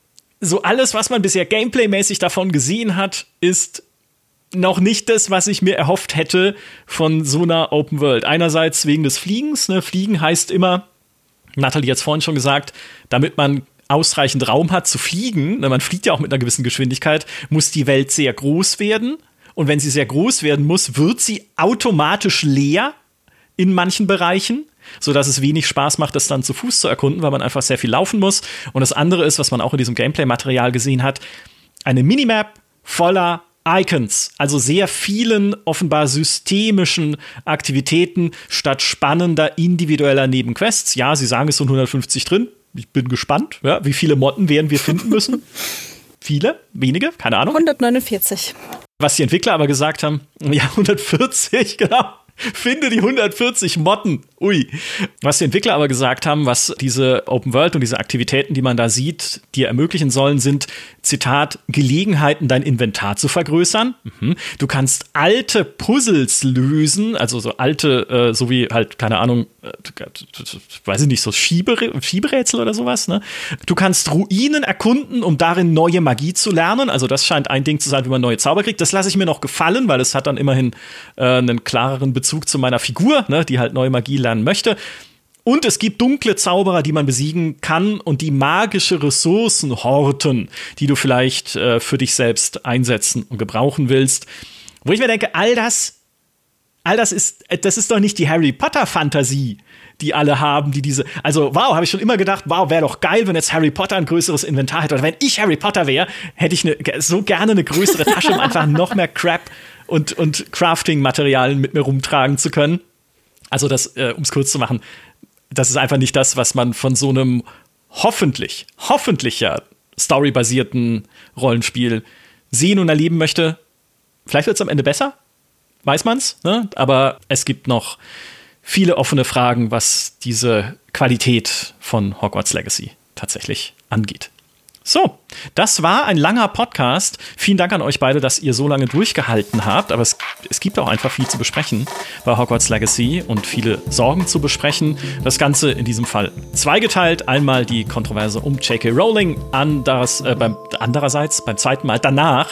so alles, was man bisher Gameplay-mäßig davon gesehen hat, ist noch nicht das, was ich mir erhofft hätte von so einer Open World. Einerseits wegen des Fliegens. Ne? Fliegen heißt immer, Nathalie hat es vorhin schon gesagt, damit man ausreichend Raum hat zu fliegen, ne? Man fliegt ja auch mit einer gewissen Geschwindigkeit, muss die Welt sehr groß werden. Und wenn sie sehr groß werden muss, wird sie automatisch leer in manchen Bereichen, sodass es wenig Spaß macht, das dann zu Fuß zu erkunden, weil man einfach sehr viel laufen muss. Und das andere ist, was man auch in diesem Gameplay-Material gesehen hat, eine Minimap voller Icons, also sehr vielen offenbar systemischen Aktivitäten statt spannender individueller Nebenquests. Ja, sie sagen, es sind hundertfünfzig drin. Ich bin gespannt, ja, wie viele Motten werden wir finden müssen. Viele? Wenige? Keine Ahnung. hundertneunundvierzig. Was die Entwickler aber gesagt haben, ja, hundertvierzig, genau. Finde die hundertvierzig Motten. Ui. Was die Entwickler aber gesagt haben, was diese Open World und diese Aktivitäten, die man da sieht, dir ermöglichen sollen, sind, Zitat, Gelegenheiten, dein Inventar zu vergrößern. Mhm. Du kannst alte Puzzles lösen, also so alte, äh, so wie halt, keine Ahnung, äh, weiß ich nicht, so Schiebere- Schieberätsel oder sowas. Ne? Du kannst Ruinen erkunden, um darin neue Magie zu lernen. Also das scheint ein Ding zu sein, wie man neue Zauber kriegt. Das lasse ich mir noch gefallen, weil es hat dann immerhin äh, einen klareren Bezug zu meiner Figur, ne, die halt neue Magie lernen möchte. Und es gibt dunkle Zauberer, die man besiegen kann und die magische Ressourcen horten, die du vielleicht äh, für dich selbst einsetzen und gebrauchen willst. Wo ich mir denke, all das, all das ist, das ist doch nicht die Harry Potter-Fantasie, die alle haben, die diese, also wow, habe ich schon immer gedacht, wow, wäre doch geil, wenn jetzt Harry Potter ein größeres Inventar hätte. Oder wenn ich Harry Potter wäre, hätte ich ne, so gerne eine größere Tasche, um einfach noch mehr Crap und, und Crafting-Materialien mit mir rumtragen zu können. Also das, äh, um es kurz zu machen, das ist einfach nicht das, was man von so einem hoffentlich, hoffentlich ja storybasierten Rollenspiel sehen und erleben möchte. Vielleicht wird es am Ende besser, weiß man's, ne? Aber es gibt noch viele offene Fragen, was diese Qualität von Hogwarts Legacy tatsächlich angeht. So, das war ein langer Podcast. Vielen Dank an euch beide, dass ihr so lange durchgehalten habt. Aber es, es gibt auch einfach viel zu besprechen bei Hogwarts Legacy und viele Sorgen zu besprechen. Das Ganze in diesem Fall zweigeteilt. Einmal die Kontroverse um J K Rowling, anderes, äh, beim, andererseits beim zweiten Mal danach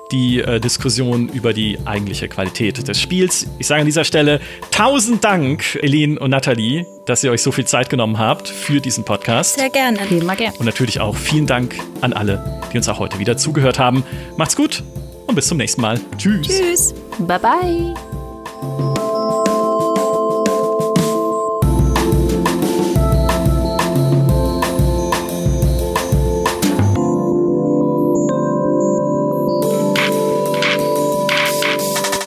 die äh, Diskussion über die eigentliche Qualität des Spiels. Ich sage an dieser Stelle tausend Dank, Elin und Nathalie, dass ihr euch so viel Zeit genommen habt für diesen Podcast. Sehr gerne. Immer gerne. Und natürlich auch vielen Dank an alle, die uns auch heute wieder zugehört haben. Macht's gut und bis zum nächsten Mal. Tschüss. Tschüss. Bye bye.